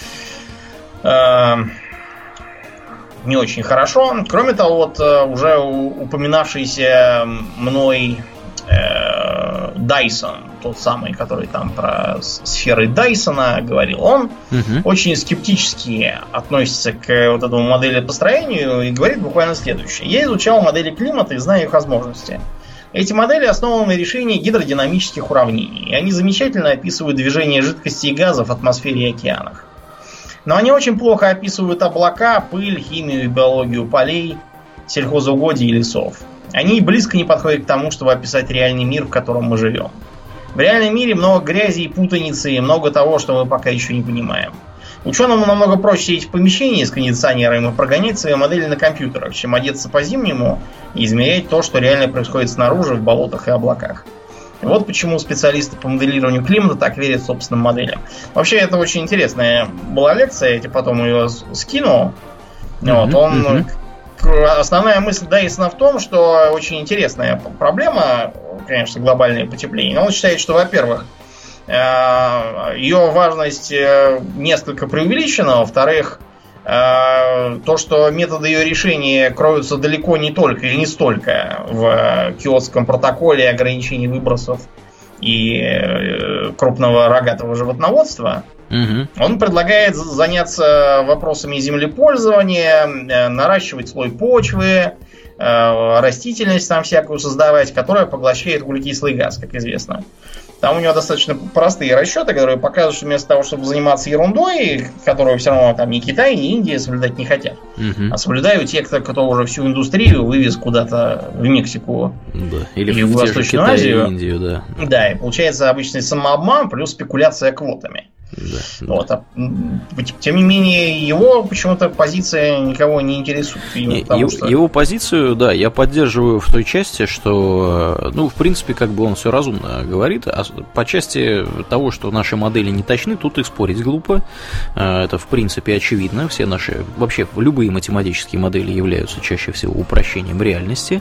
э, не очень хорошо. Кроме того, вот уже упоминавшийся мной э, Дайсон, тот самый, который там про сферы Дайсона говорил, он угу. очень скептически относится к вот этому модели построению и говорит буквально следующее. Я изучал модели климата и знаю их возможности. Эти модели основаны на решении гидродинамических уравнений, и они замечательно описывают движение жидкости и газов в атмосфере и океанах. Но они очень плохо описывают облака, пыль, химию и биологию полей, сельхозугодий и лесов. Они близко не подходят к тому, чтобы описать реальный мир, в котором мы живем. В реальном мире много грязи и путаницы, и много того, что мы пока еще не понимаем. Ученому намного проще сидеть в помещении с кондиционером и прогонять свои модели на компьютерах, чем одеться по-зимнему и измерять то, что реально происходит снаружи, в болотах и облаках. И вот почему специалисты по моделированию климата так верят собственным моделям. Вообще, это очень интересная была лекция, я тебе потом ее скину. Mm-hmm, вот, он... Mm-hmm. Основная мысль Дайсона в том, что очень интересная проблема, конечно, глобальное потепление. Но он считает, что, во-первых, ее важность несколько преувеличена, во-вторых, то, что методы ее решения кроются далеко не только и не столько в Киотском протоколе ограничений выбросов и крупного рогатого животноводства. Угу. Он предлагает заняться вопросами землепользования, наращивать слой почвы, растительность там всякую создавать, которая поглощает углекислый газ, как известно. Там у него достаточно простые расчеты, которые показывают, что вместо того, чтобы заниматься ерундой, которую все равно там ни Китай, ни Индия соблюдать не хотят, угу. а соблюдают те, кто, кто уже всю индустрию вывез куда-то в Мексику, да. или, или в Восточную Азию. И Индию, да. Да, и получается обычный самообман плюс спекуляция квотами. Да, вот, да. А, тем не менее, его почему-то позиция никого не интересует. Не, его, что... его позицию, да, я поддерживаю в той части, что, ну, в принципе, как бы он все разумно говорит, а по части того, что наши модели не точны, тут их спорить глупо. Это, в принципе, очевидно. Все наши, вообще, любые математические модели являются чаще всего упрощением реальности.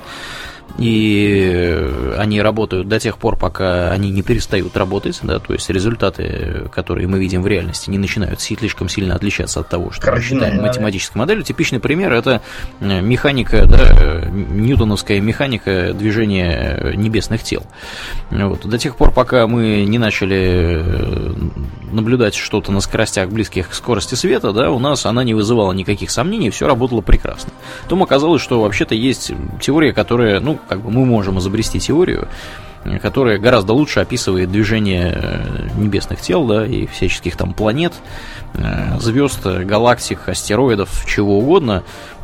И они работают до тех пор, пока они не перестают работать, да, то есть результаты, которые мы видим в реальности, не начинают слишком сильно отличаться от того, что мы считаем математической моделью. Типичный пример – это механика, да, ньютоновская механика движения небесных тел. Вот. До тех пор, пока мы не начали наблюдать что-то на скоростях, близких к скорости света, да, у нас она не вызывала никаких сомнений, все работало прекрасно. Потом оказалось, что вообще-то есть теория, которая, ну, как бы мы можем изобрести теорию, которая гораздо лучше описывает движение небесных тел, да, и всяческих там планет, звезд, галактик, астероидов, чего угодно,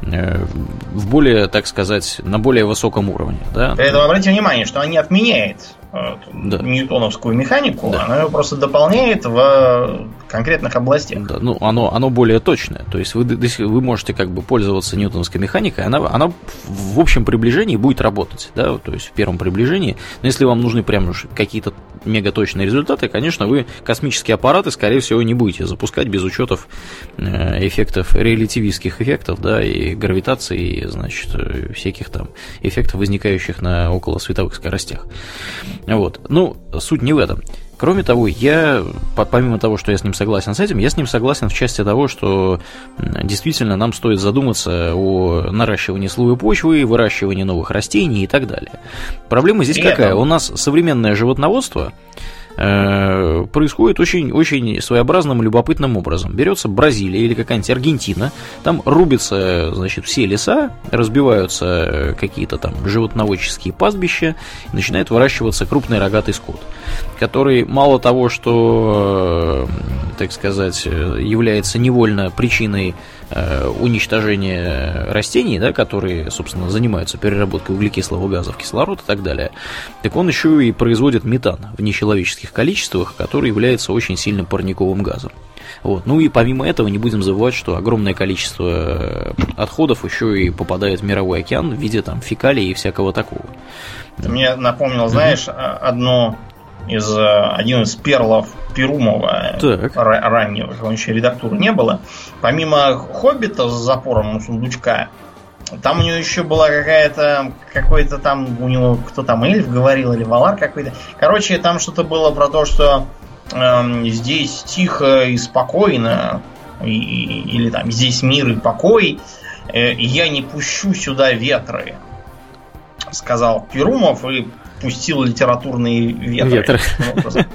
в более, так сказать, на более высоком уровне. Да? При этом обратите внимание, что она не отменяет да. ньютоновскую механику, да. она ее просто дополняет в конкретных областях. Да, ну, оно, оно более точное. То есть вы, вы можете как бы пользоваться ньютоновской механикой, она, она в общем приближении будет работать, да, то есть в первом приближении. Но если вам нужны прям какие-то мегаточные результаты, конечно, вы космические аппараты, скорее всего, не будете запускать без учетов эффектов, релятивистских эффектов, да, и гравитации, и, значит, всяких там эффектов, возникающих на околосветовых скоростях. Вот. Ну, суть не в этом. Кроме того, я, помимо того, что я с ним согласен с этим, я с ним согласен в части того, что действительно нам стоит задуматься о наращивании слоя почвы, выращивании новых растений и так далее. Проблема здесь какая? У нас современное животноводство происходит очень, очень своеобразным и любопытным образом. Берется Бразилия или какая-нибудь Аргентина, там рубятся, значит, все леса, разбиваются какие-то там животноводческие пастбища, и начинает выращиваться крупный рогатый скот, который мало того, что, так сказать, является невольно причиной уничтожения растений, да, которые, собственно, занимаются переработкой углекислого газа в кислород и так далее, так он еще и производит метан в нечеловеческих количествах, который является очень сильным парниковым газом. Вот. Ну и помимо этого не будем забывать, что огромное количество отходов еще и попадает в мировой океан в виде там фекалий и всякого такого. Ты мне напомнил, знаешь, mm-hmm. одно из один из перлов Перумова так. раннего, когда еще редактуры не было. Помимо Хоббита с запором у сундучка, там у него еще была какая-то, какой-то там, у него кто там, эльф говорил, или валар какой-то. Короче, там что-то было про то, что э, здесь тихо и спокойно, и, или там здесь мир и покой, э, и я не пущу сюда ветры, сказал Перумов и пустил литературные ветры. Ветры.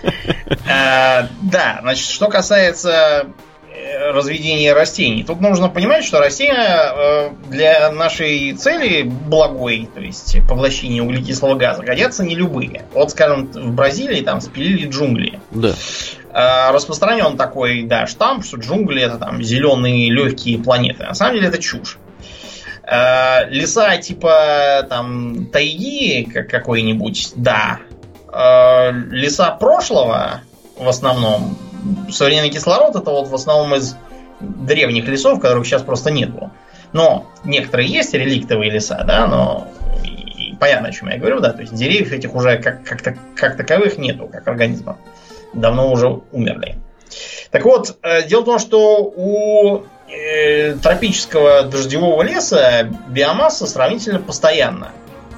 Да, значит, что касается разведения растений, тут нужно понимать, что растения для нашей цели благой, то есть поглощения углекислого газа, годятся не любые. Вот, скажем, в Бразилии там спилили джунгли. Да. Распространен такой, да, штамп, что джунгли — это там зеленые легкие планеты. На самом деле это чушь. Леса типа там тайги как какой-нибудь, да. Леса прошлого в основном, современный кислород — это вот в основном из древних лесов, которых сейчас просто нету. Но некоторые есть реликтовые леса, да, но и, и понятно, о чем я говорю, да, то есть деревьев этих уже как, как, как таковых нету, как организмов. Давно уже умерли. Так вот, дело в том, что у э, тропического дождевого леса биомасса сравнительно постоянна.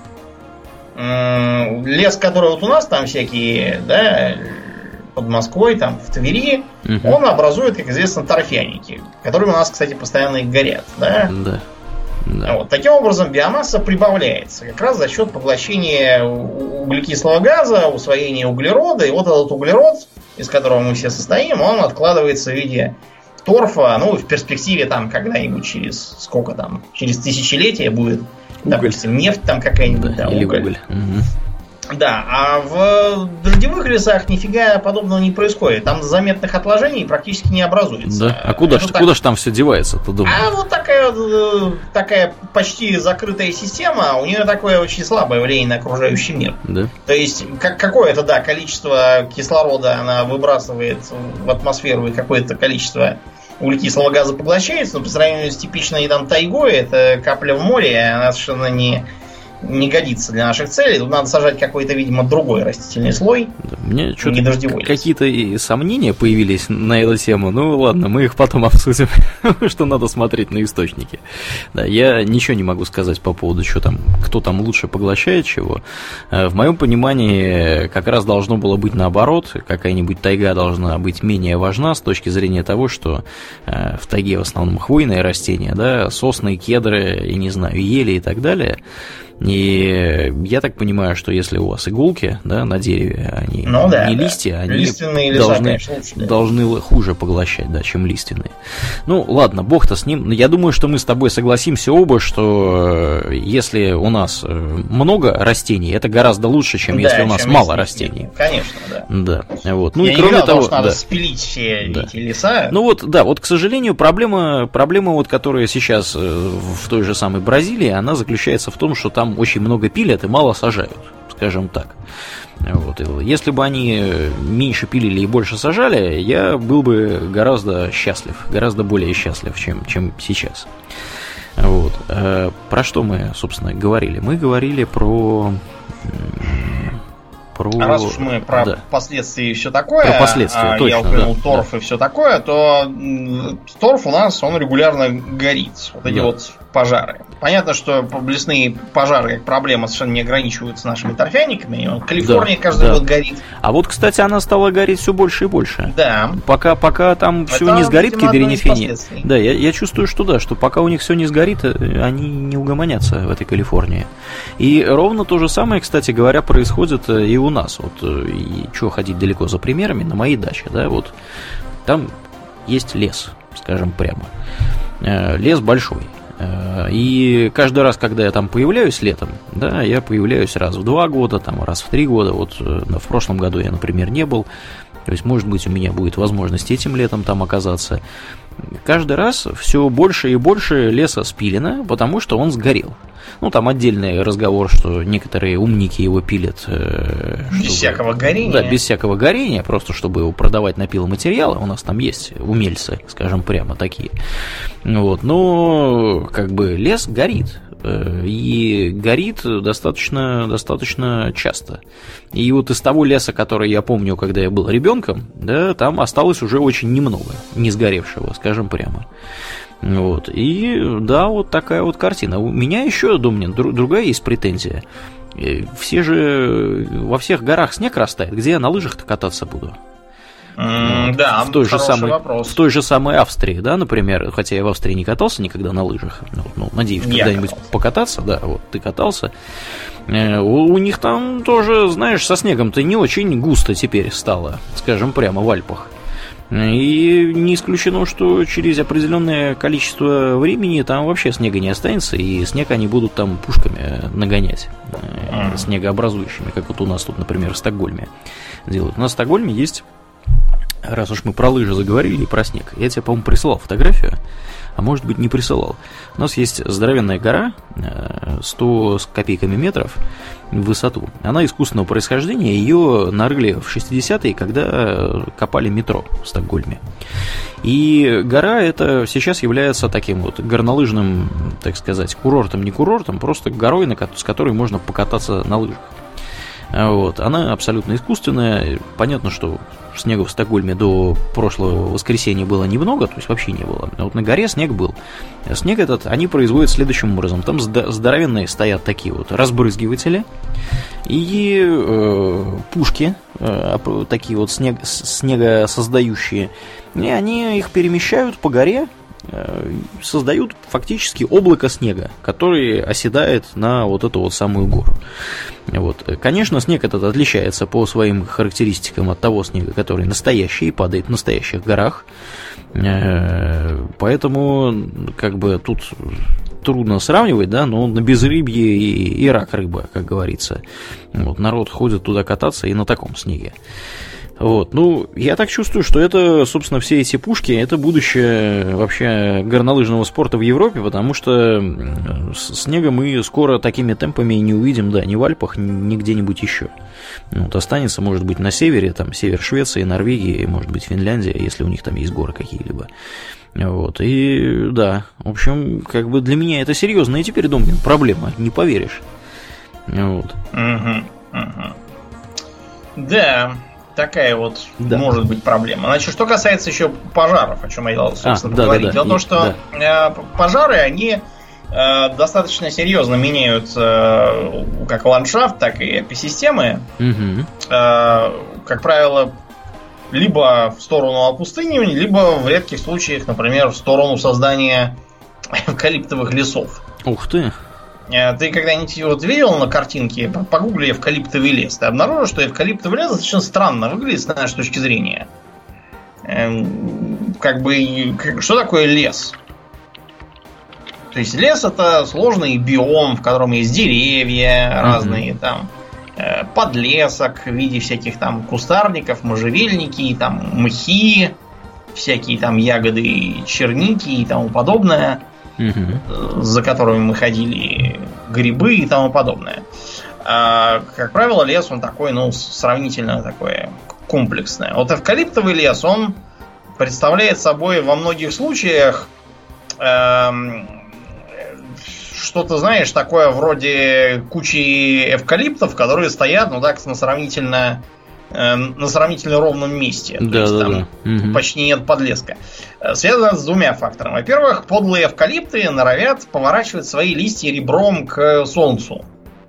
М-м, лес, который вот у нас там всякие, да, под Москвой, там в Твери, угу. он образует, как известно, торфяники, которые у нас, кстати, постоянно и горят, да? Да. Да. Вот. Таким образом, биомасса прибавляется как раз за счет поглощения углекислого газа, усвоения углерода. И вот этот углерод, из которого мы все состоим, он откладывается в виде торфа. Ну, в перспективе там когда-нибудь через сколько там, через тысячелетия будет, уголь. Допустим, нефть там какая-нибудь, да, да, или уголь. уголь. Угу. Да, а в дождевых лесах нифига подобного не происходит. Там заметных отложений практически не образуется. Да. А куда ж так... там все девается, ты думаешь? А вот такая, такая почти закрытая система, у нее такое очень слабое влияние на окружающий мир. Да. То есть как, какое-то, да, количество кислорода она выбрасывает в атмосферу, и какое-то количество углекислого газа поглощается, но по сравнению с типичной там тайгой, это капля в море, она совершенно не... не годится для наших целей. Тут надо сажать какой-то, видимо, другой растительный слой. Да, мне что-то какие-то и сомнения появились на эту тему. Ну ладно, мы их потом обсудим, что надо смотреть на источники. Да, я ничего не могу сказать по поводу, что там, кто там лучше поглощает чего. В моем понимании как раз должно было быть наоборот. Какая-нибудь тайга должна быть менее важна с точки зрения того, что в тайге в основном хвойные растения, да, сосны, кедры, и не знаю, ели и так далее. И я так понимаю, что если у вас иголки, да, на дереве, они ну, да, не да. листья, они лиственные должны, леса, конечно, должны хуже поглощать, да, чем лиственные. Ну, ладно, бог-то с ним. Я думаю, что мы с тобой согласимся оба, что если у нас много растений, это гораздо лучше, чем да, если у нас мало растений. Конечно, да. Да, вот. Ну я и не кроме говорю, того, что надо да. спилить все да. эти леса. Ну вот, да, вот, к сожалению, проблема, проблема вот, которая сейчас в той же самой Бразилии, она заключается в том, что там очень много пилят и мало сажают, скажем так. Вот. Если бы они меньше пилили и больше сажали, я был бы гораздо счастлив, гораздо более счастлив, чем, чем сейчас. Вот. Про что мы, собственно, говорили? Мы говорили про... Про... А раз уж мы про да. последствия и все такое, про последствия, а точно, я упомянул да, торф да. и все такое, то торф у нас, он регулярно горит. Вот эти да. вот пожары. Понятно, что лесные пожары как проблема совершенно не ограничиваются нашими торфяниками. Калифорния да, каждый да. год горит. А вот, кстати, она стала гореть все больше и больше. Да. Пока, пока там все Это, не сгорит, кедеринифини. Да, я, я чувствую, что да, что пока у них все не сгорит, они не угомонятся в этой Калифорнии. И ровно то же самое, кстати говоря, происходит и у нас. Вот, и что ходить далеко за примерами, на моей даче, да, вот там есть лес, скажем прямо. Лес большой. И каждый раз, когда я там появляюсь летом, да, я появляюсь раз в два года, там, раз в три года. Вот в прошлом году я, например, не был. То есть, может быть, у меня будет возможность этим летом там оказаться. Каждый раз все больше и больше леса спилено, потому что он сгорел. Ну, там отдельный разговор, что некоторые умники его пилят. Э, без чтобы, всякого горения. Да, без всякого горения, просто чтобы его продавать на пиломатериалы. У нас там есть умельцы, скажем прямо, такие. Вот, но как бы лес горит. И горит достаточно, достаточно часто. И вот из того леса, который я помню, когда я был ребенком, да, там осталось уже очень немного не сгоревшего, скажем прямо. Вот. И да, вот такая вот картина. У меня еще, Домнин, другая есть претензия. Все же во всех горах снег растает, где я на лыжах-то кататься буду? Mm, да, в той, же самой, вопрос. в той же самой Австрии, да, например, хотя я в Австрии не катался никогда на лыжах, ну, ну надеюсь, я когда-нибудь катался. покататься, да, вот ты катался. У, у них там тоже, знаешь, со снегом-то не очень густо теперь стало, скажем прямо, в Альпах. И не исключено, что через определенное количество времени там вообще снега не останется, и снег они будут там пушками нагонять, mm. снегообразующими, как вот у нас тут, например, в Стокгольме делают. У нас в Стокгольме есть, раз уж мы про лыжи заговорили и про снег, я тебе, по-моему, присылал фотографию, а может быть не присылал. У нас есть здоровенная гора, сто с копейками метров в высоту. Она искусственного происхождения, ее нарыли в шестидесятые, когда копали метро в Стокгольме. И гора эта сейчас является таким вот горнолыжным, так сказать, курортом, не курортом, просто горой, с которой можно покататься на лыжах. Вот. Она абсолютно искусственная. Понятно, что снега в Стокгольме до прошлого воскресенья было немного, то есть вообще не было. А вот на горе снег был. Снег этот они производят следующим образом. Там здоровенные стоят такие вот разбрызгиватели и э, пушки, э, такие вот снег, снегосоздающие. И они их перемещают по горе, создают фактически облако снега, который оседает на вот эту вот самую гору. Вот. Конечно, снег этот отличается по своим характеристикам от того снега, который настоящий и падает в настоящих горах. Поэтому как бы тут трудно сравнивать, да, но на безрыбье и, и рак рыба, как говорится. Вот, народ ходит туда кататься и на таком снеге. Вот, ну, я так чувствую, что это, собственно, все эти пушки, это будущее вообще горнолыжного спорта в Европе, потому что снега мы скоро такими темпами не увидим, да, ни в Альпах, ни где-нибудь еще. Вот, останется, может быть, на севере, там, север Швеции, Норвегии, может быть, Финляндия, если у них там есть горы какие-либо. Вот, и да, в общем, как бы для меня это серьезно, и теперь, Домнин, проблема, не поверишь. Вот. Угу, угу. Да... Такая вот да. может быть проблема. Значит, что касается еще пожаров, о чем я, собственно, а, поговорить. Да, да, да. Дело в том, что да. пожары, они э, достаточно серьезно меняют э, как ландшафт, так и экосистемы. Угу. Э, как правило, либо в сторону опустынивания, либо в редких случаях, например, в сторону создания эвкалиптовых лесов. Ух ты! Ты когда-нибудь вот видел на картинке, погугли эвкалиптовый лес, ты обнаружил, что эвкалиптовый лес достаточно странно выглядит с нашей точки зрения. Как бы, что такое лес? То есть лес — это сложный биом, в котором есть деревья mm-hmm. разные, там подлесок в виде всяких там кустарников, можжевельники, там мхи, всякие там ягоды, черники и тому подобное, угу. за которыми мы ходили, грибы и тому подобное. А, как правило, лес, он такой, ну, сравнительно такой комплексный. Вот эвкалиптовый лес, он представляет собой во многих случаях эм, что-то, знаешь, такое вроде кучи эвкалиптов, которые стоят, ну так, на сравнительно на сравнительно ровном месте. Да, То есть да, там да. почти нет подлеска. Связано с двумя факторами. Во-первых, подлые эвкалипты норовят поворачивать свои листья ребром к солнцу.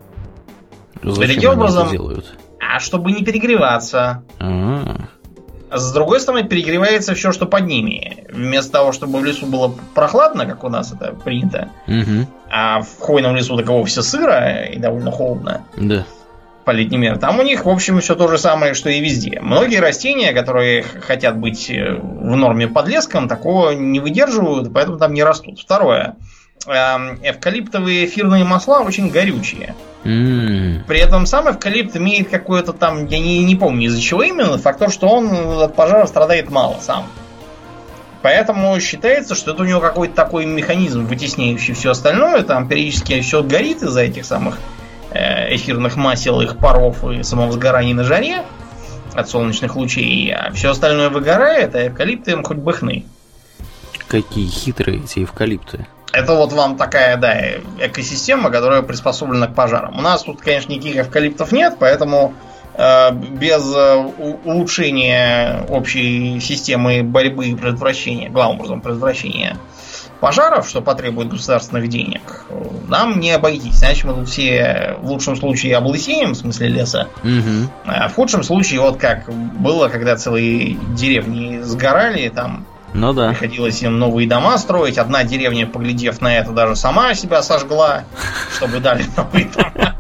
Зачем Таким образом, это делают? А чтобы не перегреваться. А-а-а. С другой стороны, перегревается все, что под ними. Вместо того, чтобы в лесу было прохладно, как у нас это принято, угу. а в хвойном лесу так вовсе сыро и довольно холодно. Да. По летним мерам. Там у них, в общем, все то же самое, что и везде. Многие растения, которые хотят быть в норме подлеском, такого не выдерживают, поэтому там не растут. Второе. Эвкалиптовые эфирные масла очень горючие. Mm. При этом сам эвкалипт имеет какое-то там, я не, не помню из-за чего именно, факт то, что он от пожаров страдает мало сам. Поэтому считается, что это у него какой-то такой механизм, вытесняющий все остальное. Там периодически все горит из-за этих самых эфирных масел, их паров и самого сгорания на жаре от солнечных лучей, а все остальное выгорает, а эвкалипты им хоть бы хны. Какие хитрые эти эвкалипты. Это вот вам такая, да, экосистема, которая приспособлена к пожарам. У нас тут, конечно, никаких эвкалиптов нет, поэтому э, без улучшения общей системы борьбы и предотвращения, главным образом предотвращения пожаров, что потребует государственных денег, нам не обойтись. Иначе мы тут все в лучшем случае облысеем, в смысле леса, угу. а в худшем случае, вот как было, когда целые деревни сгорали, там ну, да. приходилось им новые дома строить. Одна деревня, поглядев на это, даже сама себя сожгла, чтобы дали новые дома.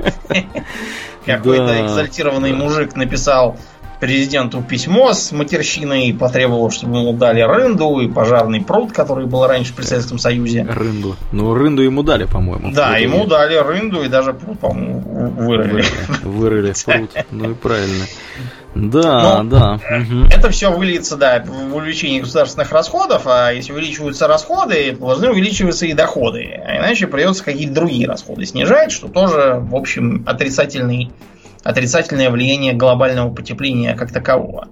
Какой-то экзальтированный мужик написал президенту письмо с матерщиной и потребовал, чтобы ему дали рынду и пожарный пруд, который был раньше при Советском Союзе. Рынду. Ну, рынду ему дали, по-моему. Да, ему дали рынду и даже пруд, по-моему, вырыли. Вырыли пруд. Ну и правильно. Да, но да. Угу. Это все выльется, да, в увеличении государственных расходов, а если увеличиваются расходы, должны увеличиваться и доходы. А иначе придется какие-то другие расходы снижать, что тоже, в общем, отрицательный, отрицательное влияние глобального потепления как такового.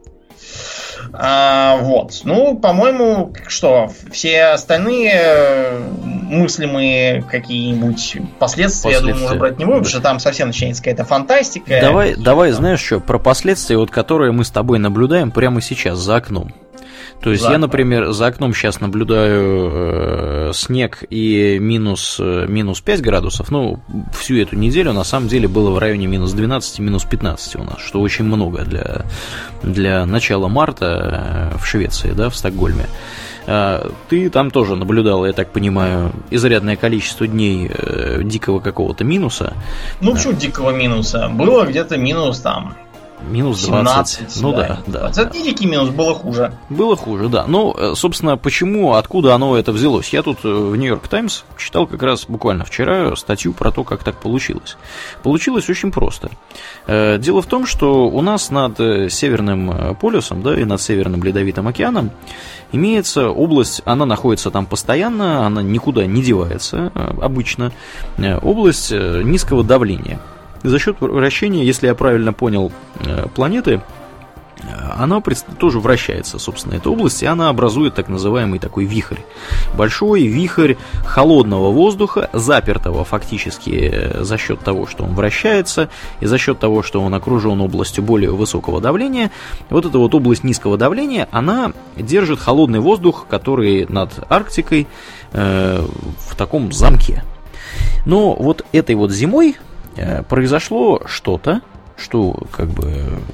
А, вот. Ну, по-моему, что, все остальные мыслимые какие-нибудь последствия, я думаю, уже брать не будем, потому что там совсем начинается какая-то фантастика. Давай, давай, знаешь что, про последствия, вот, которые мы с тобой наблюдаем прямо сейчас за окном. То есть за я, например, за окном сейчас наблюдаю э, снег и минус, минус пять градусов. Ну, всю эту неделю на самом деле было в районе минус двенадцати, минус пятнадцати у нас, что очень много для, для начала марта в Швеции, да, в Стокгольме. Ты там тоже наблюдал, я так понимаю, изрядное количество дней э, дикого какого-то минуса. Ну, почему дикого минуса? Было где-то минус там... Минус двадцать. семнадцать, ну да, да. Это не дикий минус, было хуже. Было хуже, да. Ну, собственно, почему, откуда оно это взялось? Я тут в Нью-Йорк Таймс читал как раз буквально вчера статью про то, как так получилось. Получилось очень просто. Дело в том, что у нас над Северным полюсом, да, и над Северным Ледовитым океаном имеется область, она находится там постоянно, она никуда не девается обычно, область низкого давления. За счет вращения, если я правильно понял, планеты, она тоже вращается, собственно, эта область, и она образует так называемый такой вихрь. Большой вихрь холодного воздуха, запертого фактически за счет того, что он вращается, и за счет того, что он окружен областью более высокого давления. Вот эта вот область низкого давления, она держит холодный воздух, который над Арктикой э, в таком замке. Но вот этой вот зимой произошло что-то, что как бы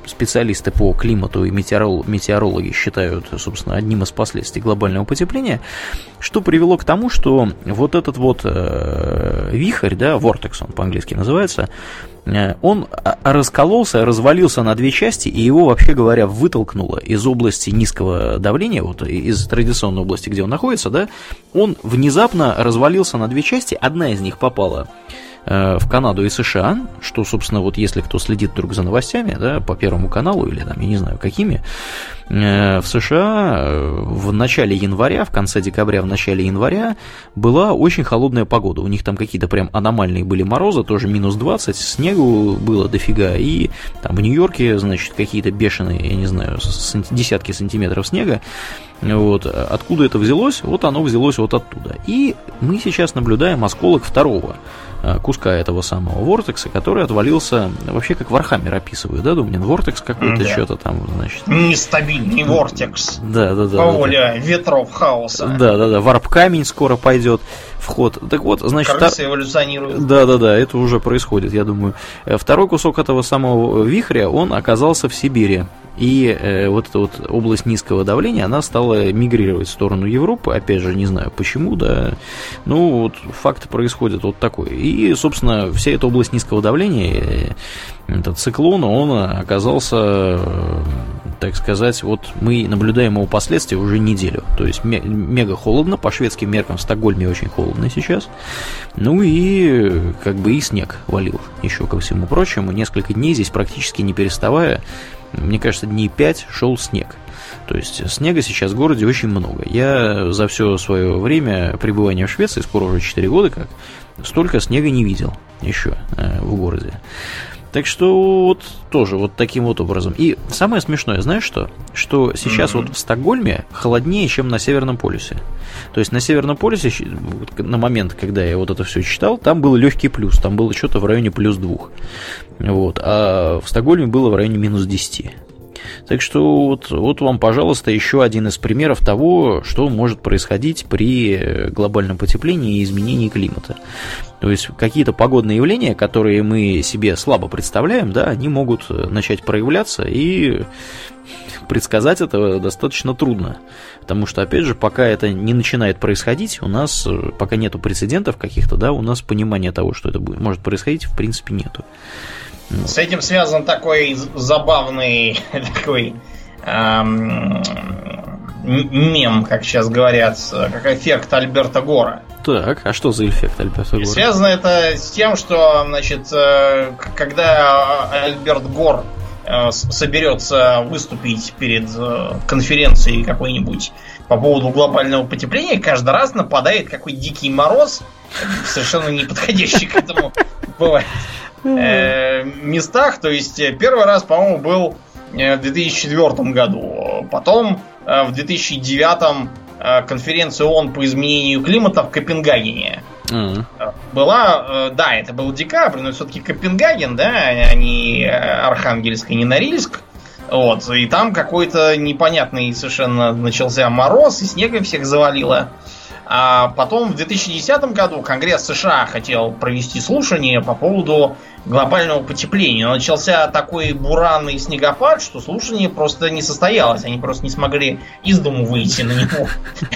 специалисты по климату и метеорол- метеорологи считают, собственно, одним из последствий глобального потепления, что привело к тому, что вот этот вот э, вихрь, да, вортекс он по-английски называется, э, он раскололся, развалился на две части, и его, вообще говоря, вытолкнуло из области низкого давления, вот из традиционной области, где он находится, да, он внезапно развалился на две части, одна из них попала в Канаду и США, что, собственно, вот если кто следит вдруг за новостями, да, по Первому каналу или там, я не знаю, какими, в США в начале января, в конце декабря, в начале января была очень холодная погода. У них там какие-то прям аномальные были морозы, тоже минус двадцать, снегу было дофига, и там в Нью-Йорке, значит, какие-то бешеные, я не знаю, десятки сантиметров снега. Вот. Откуда это взялось? Вот оно взялось вот оттуда. И мы сейчас наблюдаем осколок второго куска этого самого вортекса, который отвалился, вообще как Вархаммер описывают, да, Думнин? Вортекс какой-то, да. Что-то там, значит... Нестабильный вортекс. Да, да, да. По воле да, да. ветров хаоса. Да, да, да. Варп-камень скоро пойдет в ход. Так вот, значит... Крысы та... эволюционируют. Да, да, да, это уже происходит, я думаю. Второй кусок этого самого вихря, он оказался в Сибири. И э, вот эта вот область низкого давления, она стала мигрировать в сторону Европы. Опять же, не знаю почему, да. Ну, вот факт происходит вот такой. И, собственно, вся эта область низкого давления, этот циклон, он оказался, так сказать, вот мы наблюдаем его последствия уже неделю. То есть мега холодно, по шведским меркам в Стокгольме очень холодно сейчас. Ну и как бы и снег валил еще ко всему прочему. Несколько дней здесь практически не переставая, мне кажется, дней пять шел снег. То есть снега сейчас в городе очень много. Я за все свое время пребывания в Швеции, скоро уже четыре года как, столько снега не видел еще э, в городе. Так что вот тоже вот таким вот образом. И самое смешное, знаешь что? Что сейчас mm-hmm. вот в Стокгольме холоднее, чем на Северном полюсе. То есть на Северном полюсе, на момент, когда я вот это все читал, там был легкий плюс, там было что-то в районе плюс двух. Вот, а в Стокгольме было в районе минус десяти. Так что вот, вот вам, пожалуйста, еще один из примеров того, что может происходить при глобальном потеплении и изменении климата. То есть какие-то погодные явления, которые мы себе слабо представляем, да, они могут начать проявляться, и предсказать это достаточно трудно. Потому что, опять же, пока это не начинает происходить, у нас, пока нету прецедентов каких-то, да, у нас понимания того, что это будет, может происходить, в принципе, нету. С этим связан такой забавный такой эм, мем, как сейчас говорят, как эффект Альберта Гора. Так, а что за эффект Альберта Гора? Связано это с тем, что, значит, когда Альберт Гор соберется выступить перед конференцией какой-нибудь по поводу глобального потепления, каждый раз нападает какой дикий мороз, совершенно не подходящий к этому бывает. Местах, то есть первый раз, по-моему, был в две тысячи четвёртом году, потом в две тысячи девятом конференция ООН по изменению климата в Копенгагене. Mm-hmm. Была, да, это был декабрь, но все-таки Копенгаген, да, а не Архангельск и не Норильск. Вот, и там какой-то непонятный совершенно начался мороз, и снегом всех завалило. А потом в две тысячи десятом году Конгресс США хотел провести слушание по поводу глобального потепления. Но начался такой буранный снегопад, что слушание просто не состоялось. Они просто не смогли из дому выйти на него.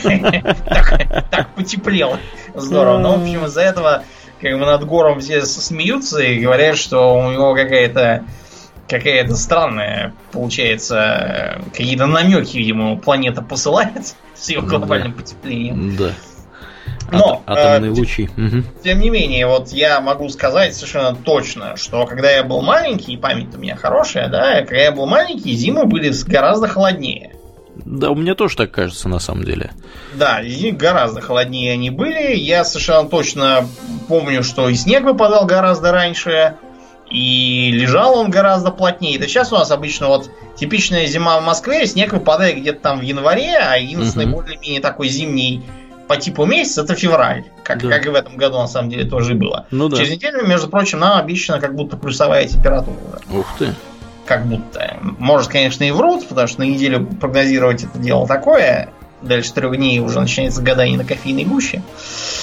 Так потеплело. Здорово. Но, в общем, из-за этого как бы над Гором все смеются и говорят, что у него какая-то какая-то странная, получается, какие-то намеки, видимо, планета посылает с ее глобальным да. потеплением. Да. Но, атомные э, лучи. Угу. Тем не менее, вот я могу сказать совершенно точно, что когда я был маленький, память у меня хорошая, да, когда я был маленький, зимы были гораздо холоднее. Да, у меня тоже так кажется, на самом деле. Да, зимы гораздо холоднее они были. Я совершенно точно помню, что и снег выпадал гораздо раньше, и лежал он гораздо плотнее. Это сейчас у нас обычно вот типичная зима в Москве, снег выпадает где-то там в январе, а единственный угу. более-менее такой зимний по типу месяц это февраль. Как, да. как и в этом году на самом деле тоже было. Ну, да. Через неделю, между прочим, нам обещано как будто плюсовая температура. Ух ты. Как будто. Может, конечно, и врут, потому что на неделю прогнозировать это дело такое. Дальше трех дней уже начинается гадание на кофейной гуще.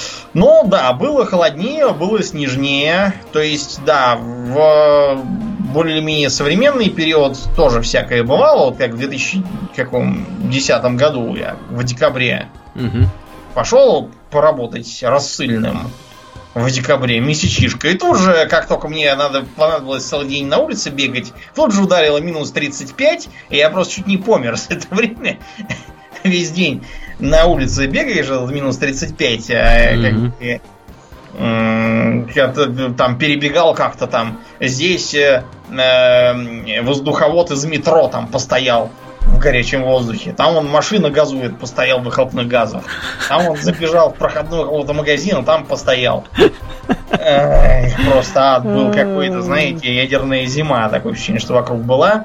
Но да, было холоднее, было снежнее. То есть, да, в более-менее современный период тоже всякое бывало. Вот как в две тысячи десятом году я в декабре угу. пошел поработать рассыльным в декабре месячишко. И тут же, как только мне надо, понадобилось целый день на улице бегать, тут же ударило минус тридцать пять, и я просто чуть не помер с это время. Весь день на улице бегаешь, в минус тридцать пять, а mm-hmm. как, я там перебегал как-то там. Здесь э, воздуховод из метро там постоял в горячем воздухе. Там он машина газует, постоял выхлопных газов. Там он забежал в проходной какого-то магазина, там постоял. Эх, просто ад был какой-то, знаете, ядерная зима. Такое ощущение, что вокруг была.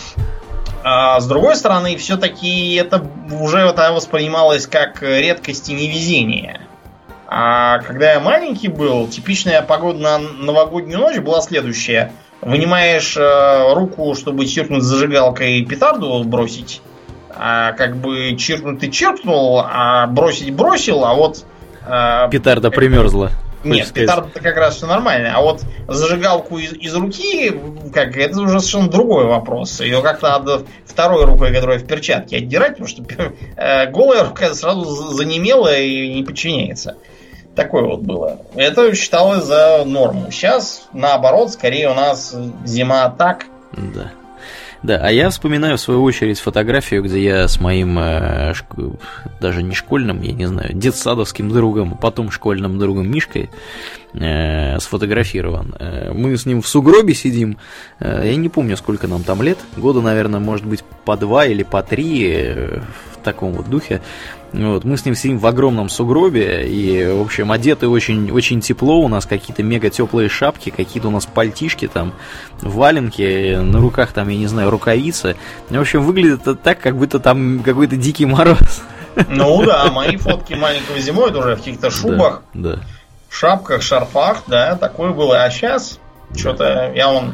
А с другой стороны, все-таки это уже это воспринималось как редкость и невезение. А когда я маленький был, типичная погода на новогоднюю ночь была следующая. Вынимаешь э, руку, чтобы чиркнуть зажигалкой и петарду бросить. А как бы чиркнуть ты чиркнул, а бросить бросил, а вот... Э, петарда как... примерзла. Нет, петарда-то как раз все нормально. А вот зажигалку из, из руки, как это уже совершенно другой вопрос. Ее как-то надо второй рукой, которая в перчатке, отдирать, потому что э, голая рука сразу занемела и не подчиняется. Такое вот было. Это считалось за норму. Сейчас, наоборот, скорее у нас зима так. Да. Да, а я вспоминаю в свою очередь фотографию, где я с моим, э, шк... даже не школьным, я не знаю, детсадовским другом, потом школьным другом Мишкой э, сфотографирован. Э, мы с ним в сугробе сидим, э, я не помню, сколько нам там лет, года, наверное, может быть, по два или по три, э, в таком вот духе. Вот, мы с ним сидим в огромном сугробе и, в общем, одеты очень, очень тепло, у нас какие-то мега теплые шапки, какие-то у нас пальтишки там, валенки, на руках там, я не знаю, рукавицы. В общем, выглядит это так, как будто там какой-то дикий мороз. Ну да, мои фотки маленького зимой тоже в каких-то шубах, да, да. шапках, шарфах, да, такое было. А сейчас что-то я вон,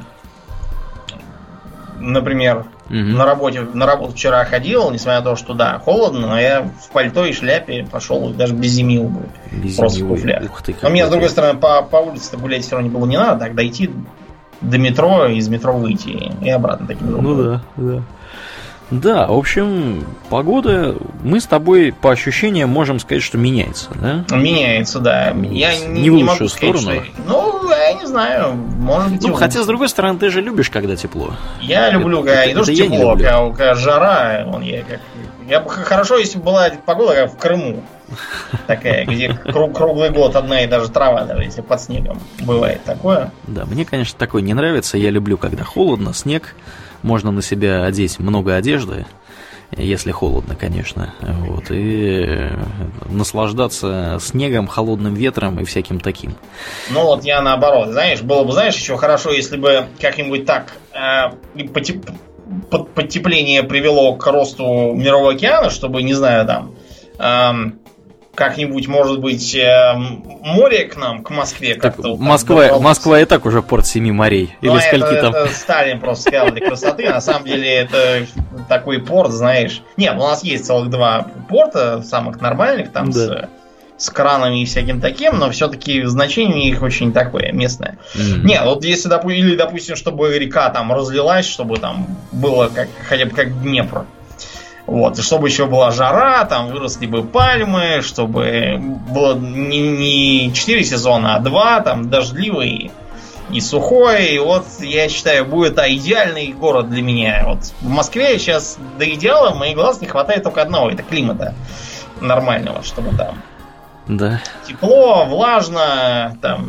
например, угу. на работе, на работу вчера ходил, несмотря на то, что да, холодно, но я в пальто и шляпе пошел, даже без зимилки. Просто в туфлях. Но мне, с другой стороны, по, по улице гулять все равно не было не надо, так дойти до метро, из метро выйти и обратно таким образом. Ну да, да. Да, в общем, погода, мы с тобой по ощущениям можем сказать, что меняется, да? Меняется, да. Я не, не, в не лучшую могу сторону. Сказать, что... Ну, я не знаю, может быть. Ну, хотя, с другой стороны, ты же любишь, когда тепло. Я люблю, это, когда это, не то, что тепло, когда, когда жара, вон я как. Я бы хорошо, если бы была погода, как в Крыму. Такая, где круг, круглый год одна и даже трава, даже если под снегом. Бывает такое. Да, мне, конечно, такое не нравится. Я люблю, когда холодно, снег. Можно на себя одеть много одежды, если холодно, конечно. Вот, и наслаждаться снегом, холодным ветром и всяким таким. Ну вот я наоборот. Знаешь, было бы, знаешь, еще хорошо, если бы как-нибудь так э, потеп... подтепление привело к росту Мирового океана, чтобы, не знаю, там... Э, как-нибудь, может быть, э, море к нам, к Москве как-то. Вот Москва, Москва и так уже порт семи морей. Или ну, скольки это, там? Это Сталин просто сказал для красоты. На самом деле это такой порт, знаешь. Нет, у нас есть целых два порта, самых нормальных, там да. с, с кранами и всяким таким, но все-таки значение их очень такое, местное. Mm-hmm. Нет, вот если, допустим, или, допустим, чтобы река там разлилась, чтобы там было как, хотя бы как Днепр. Вот, и чтобы еще была жара, там выросли бы пальмы, чтобы было не, не четыре сезона, а два, там дождливый и сухой. И вот, я считаю, будет а, идеальный город для меня. Вот в Москве сейчас до идеала, моих глаз не хватает только одного, это климата нормального, чтобы там да. тепло, влажно, там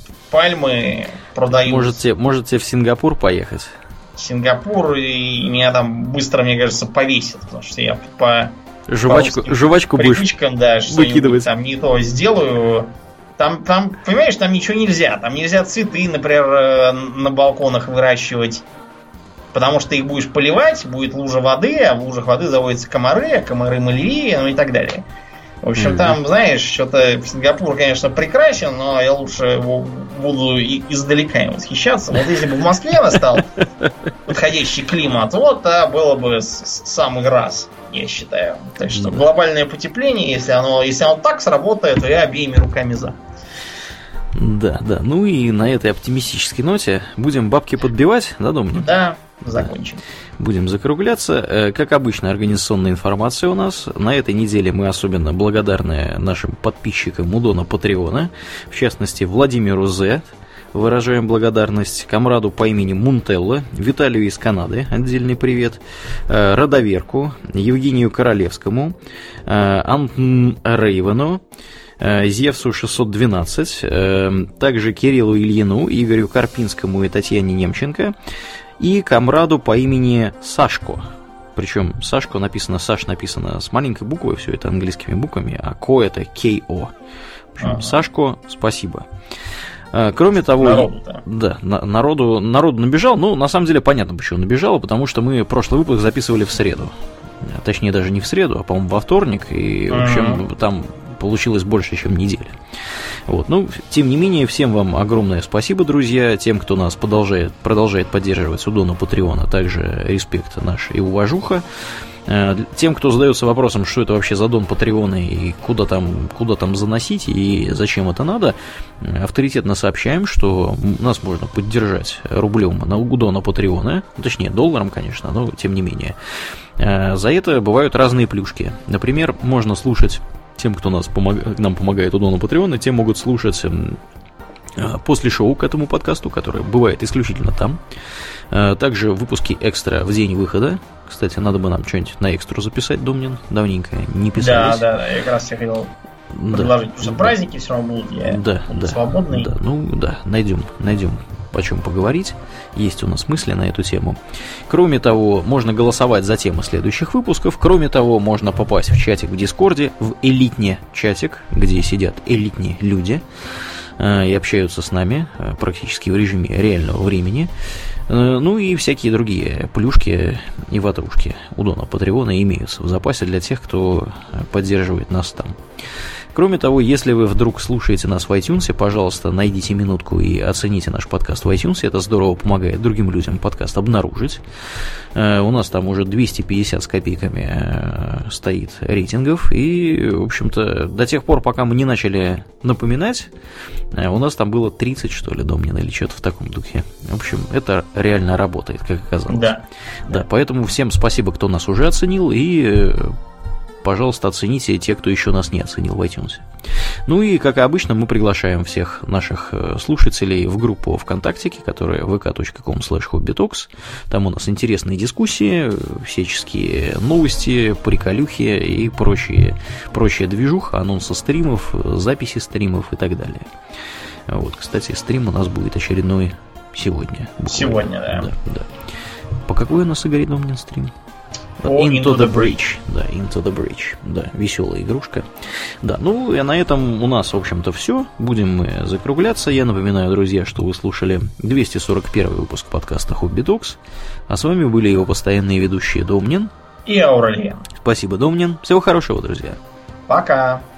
пальмы продают. Можете, можете в Сингапур поехать? Сингапур, и меня там быстро, мне кажется, повесят, потому что я по жвачку, по жвачку привычкам, будешь да, что-нибудь там не то сделаю. Там, там, понимаешь, там ничего нельзя. Там нельзя цветы, например, на балконах выращивать, потому что их будешь поливать, будет лужа воды, а в лужах воды заводятся комары, а комары малярия, ну и так далее. В общем, mm-hmm. там, знаешь, что-то Сингапур, конечно, прекрасен, но я лучше его буду издалека им восхищаться. Вот если бы в Москве настал подходящий климат, вот, да, было бы самый раз, я считаю. Так что глобальное потепление, если оно, если оно так сработает, то я обеими руками за. Да, да. Ну и на этой оптимистической ноте будем бабки подбивать, да, Домнин? Да, закончим. Будем закругляться. Как обычно, организационная информация у нас. На этой неделе мы особенно благодарны нашим подписчикам у Дона Патреона, в частности, Владимиру З. Выражаем благодарность комраду по имени Мунтелло, Виталию из Канады, отдельный привет, Родоверку, Евгению Королевскому, Антону Рейвену, Зевсу шестьсот двенадцать, также Кириллу Ильину, Игорю Карпинскому и Татьяне Немченко, и комраду по имени Сашко. Причем Сашко написано, Саш написано с маленькой буквой, все это английскими буквами, а Ко это Кей-О. В общем, ага. Сашко, спасибо. Кроме того, народу-то. Да, народу, народу набежал, ну, на самом деле, понятно, почему набежало, потому что мы прошлый выпуск записывали в среду. Точнее, даже не в среду, а, по-моему, во вторник, и, в общем, mm-hmm. там получилось больше, чем неделя. Вот. Ну, тем не менее, всем вам огромное спасибо, друзья, тем, кто нас продолжает, продолжает поддерживать у Дона Патреона, также респект наш и уважуха. Тем, кто задается вопросом, что это вообще за Дон Патреона и куда там, куда там заносить и зачем это надо, авторитетно сообщаем, что нас можно поддержать рублем на у Дона Патреона, точнее долларом, конечно, но тем не менее. За это бывают разные плюшки. Например, можно слушать тем, кто нас помог... нам помогает у Дона Патреона, те могут слушать после шоу к этому подкасту, которое бывает исключительно там. Также выпуски экстра в день выхода. Кстати, надо бы нам что-нибудь на экстру записать, Домнин. Давненько не писались. Да, да, я как раз я хотел предложить, потому что да. праздники все равно будут, я да, да, свободный. Да, ну да, найдем, найдем о чем поговорить. Есть у нас мысли на эту тему. Кроме того, можно голосовать за темы следующих выпусков. Кроме того, можно попасть в чатик в Дискорде, в элитне чатик, где сидят элитные люди и общаются с нами практически в режиме реального времени. Ну и всякие другие плюшки и ватрушки у Дона Патреона имеются в запасе для тех, кто поддерживает нас там. Кроме того, если вы вдруг слушаете нас в iTunes, пожалуйста, найдите минутку и оцените наш подкаст в iTunes. Это здорово помогает другим людям подкаст обнаружить. У нас там уже двести пятьдесят с копейками стоит рейтингов. И, в общем-то, до тех пор, пока мы не начали напоминать, у нас там было тридцать, что ли, Домнин, или что-то в таком духе. В общем, это реально работает, как оказалось. Да. Да, поэтому всем спасибо, кто нас уже оценил, и... пожалуйста, оцените те, кто еще нас не оценил в iTunes. Ну и, как и обычно, мы приглашаем всех наших слушателей в группу ВКонтактике, которая вэ ка точка ком слэш хобби токс. Там у нас интересные дискуссии, всяческие новости, приколюхи и прочие, прочая движуха, анонсы стримов, записи стримов и так далее. Вот, кстати, стрим у нас будет очередной сегодня. Буквально. Сегодня, да. да, да. По какой у нас, Игорь Домнин, стрим? Into, Into the Breach. Да, Into the Breach. Да, веселая игрушка. Да, ну и на этом у нас, в общем-то, все. Будем мы закругляться. Я напоминаю, друзья, что вы слушали двести сорок первый выпуск подкаста Хобби Токс. А с вами были его постоянные ведущие Домнин и Аурельян. Спасибо, Домнин. Всего хорошего, друзья. Пока.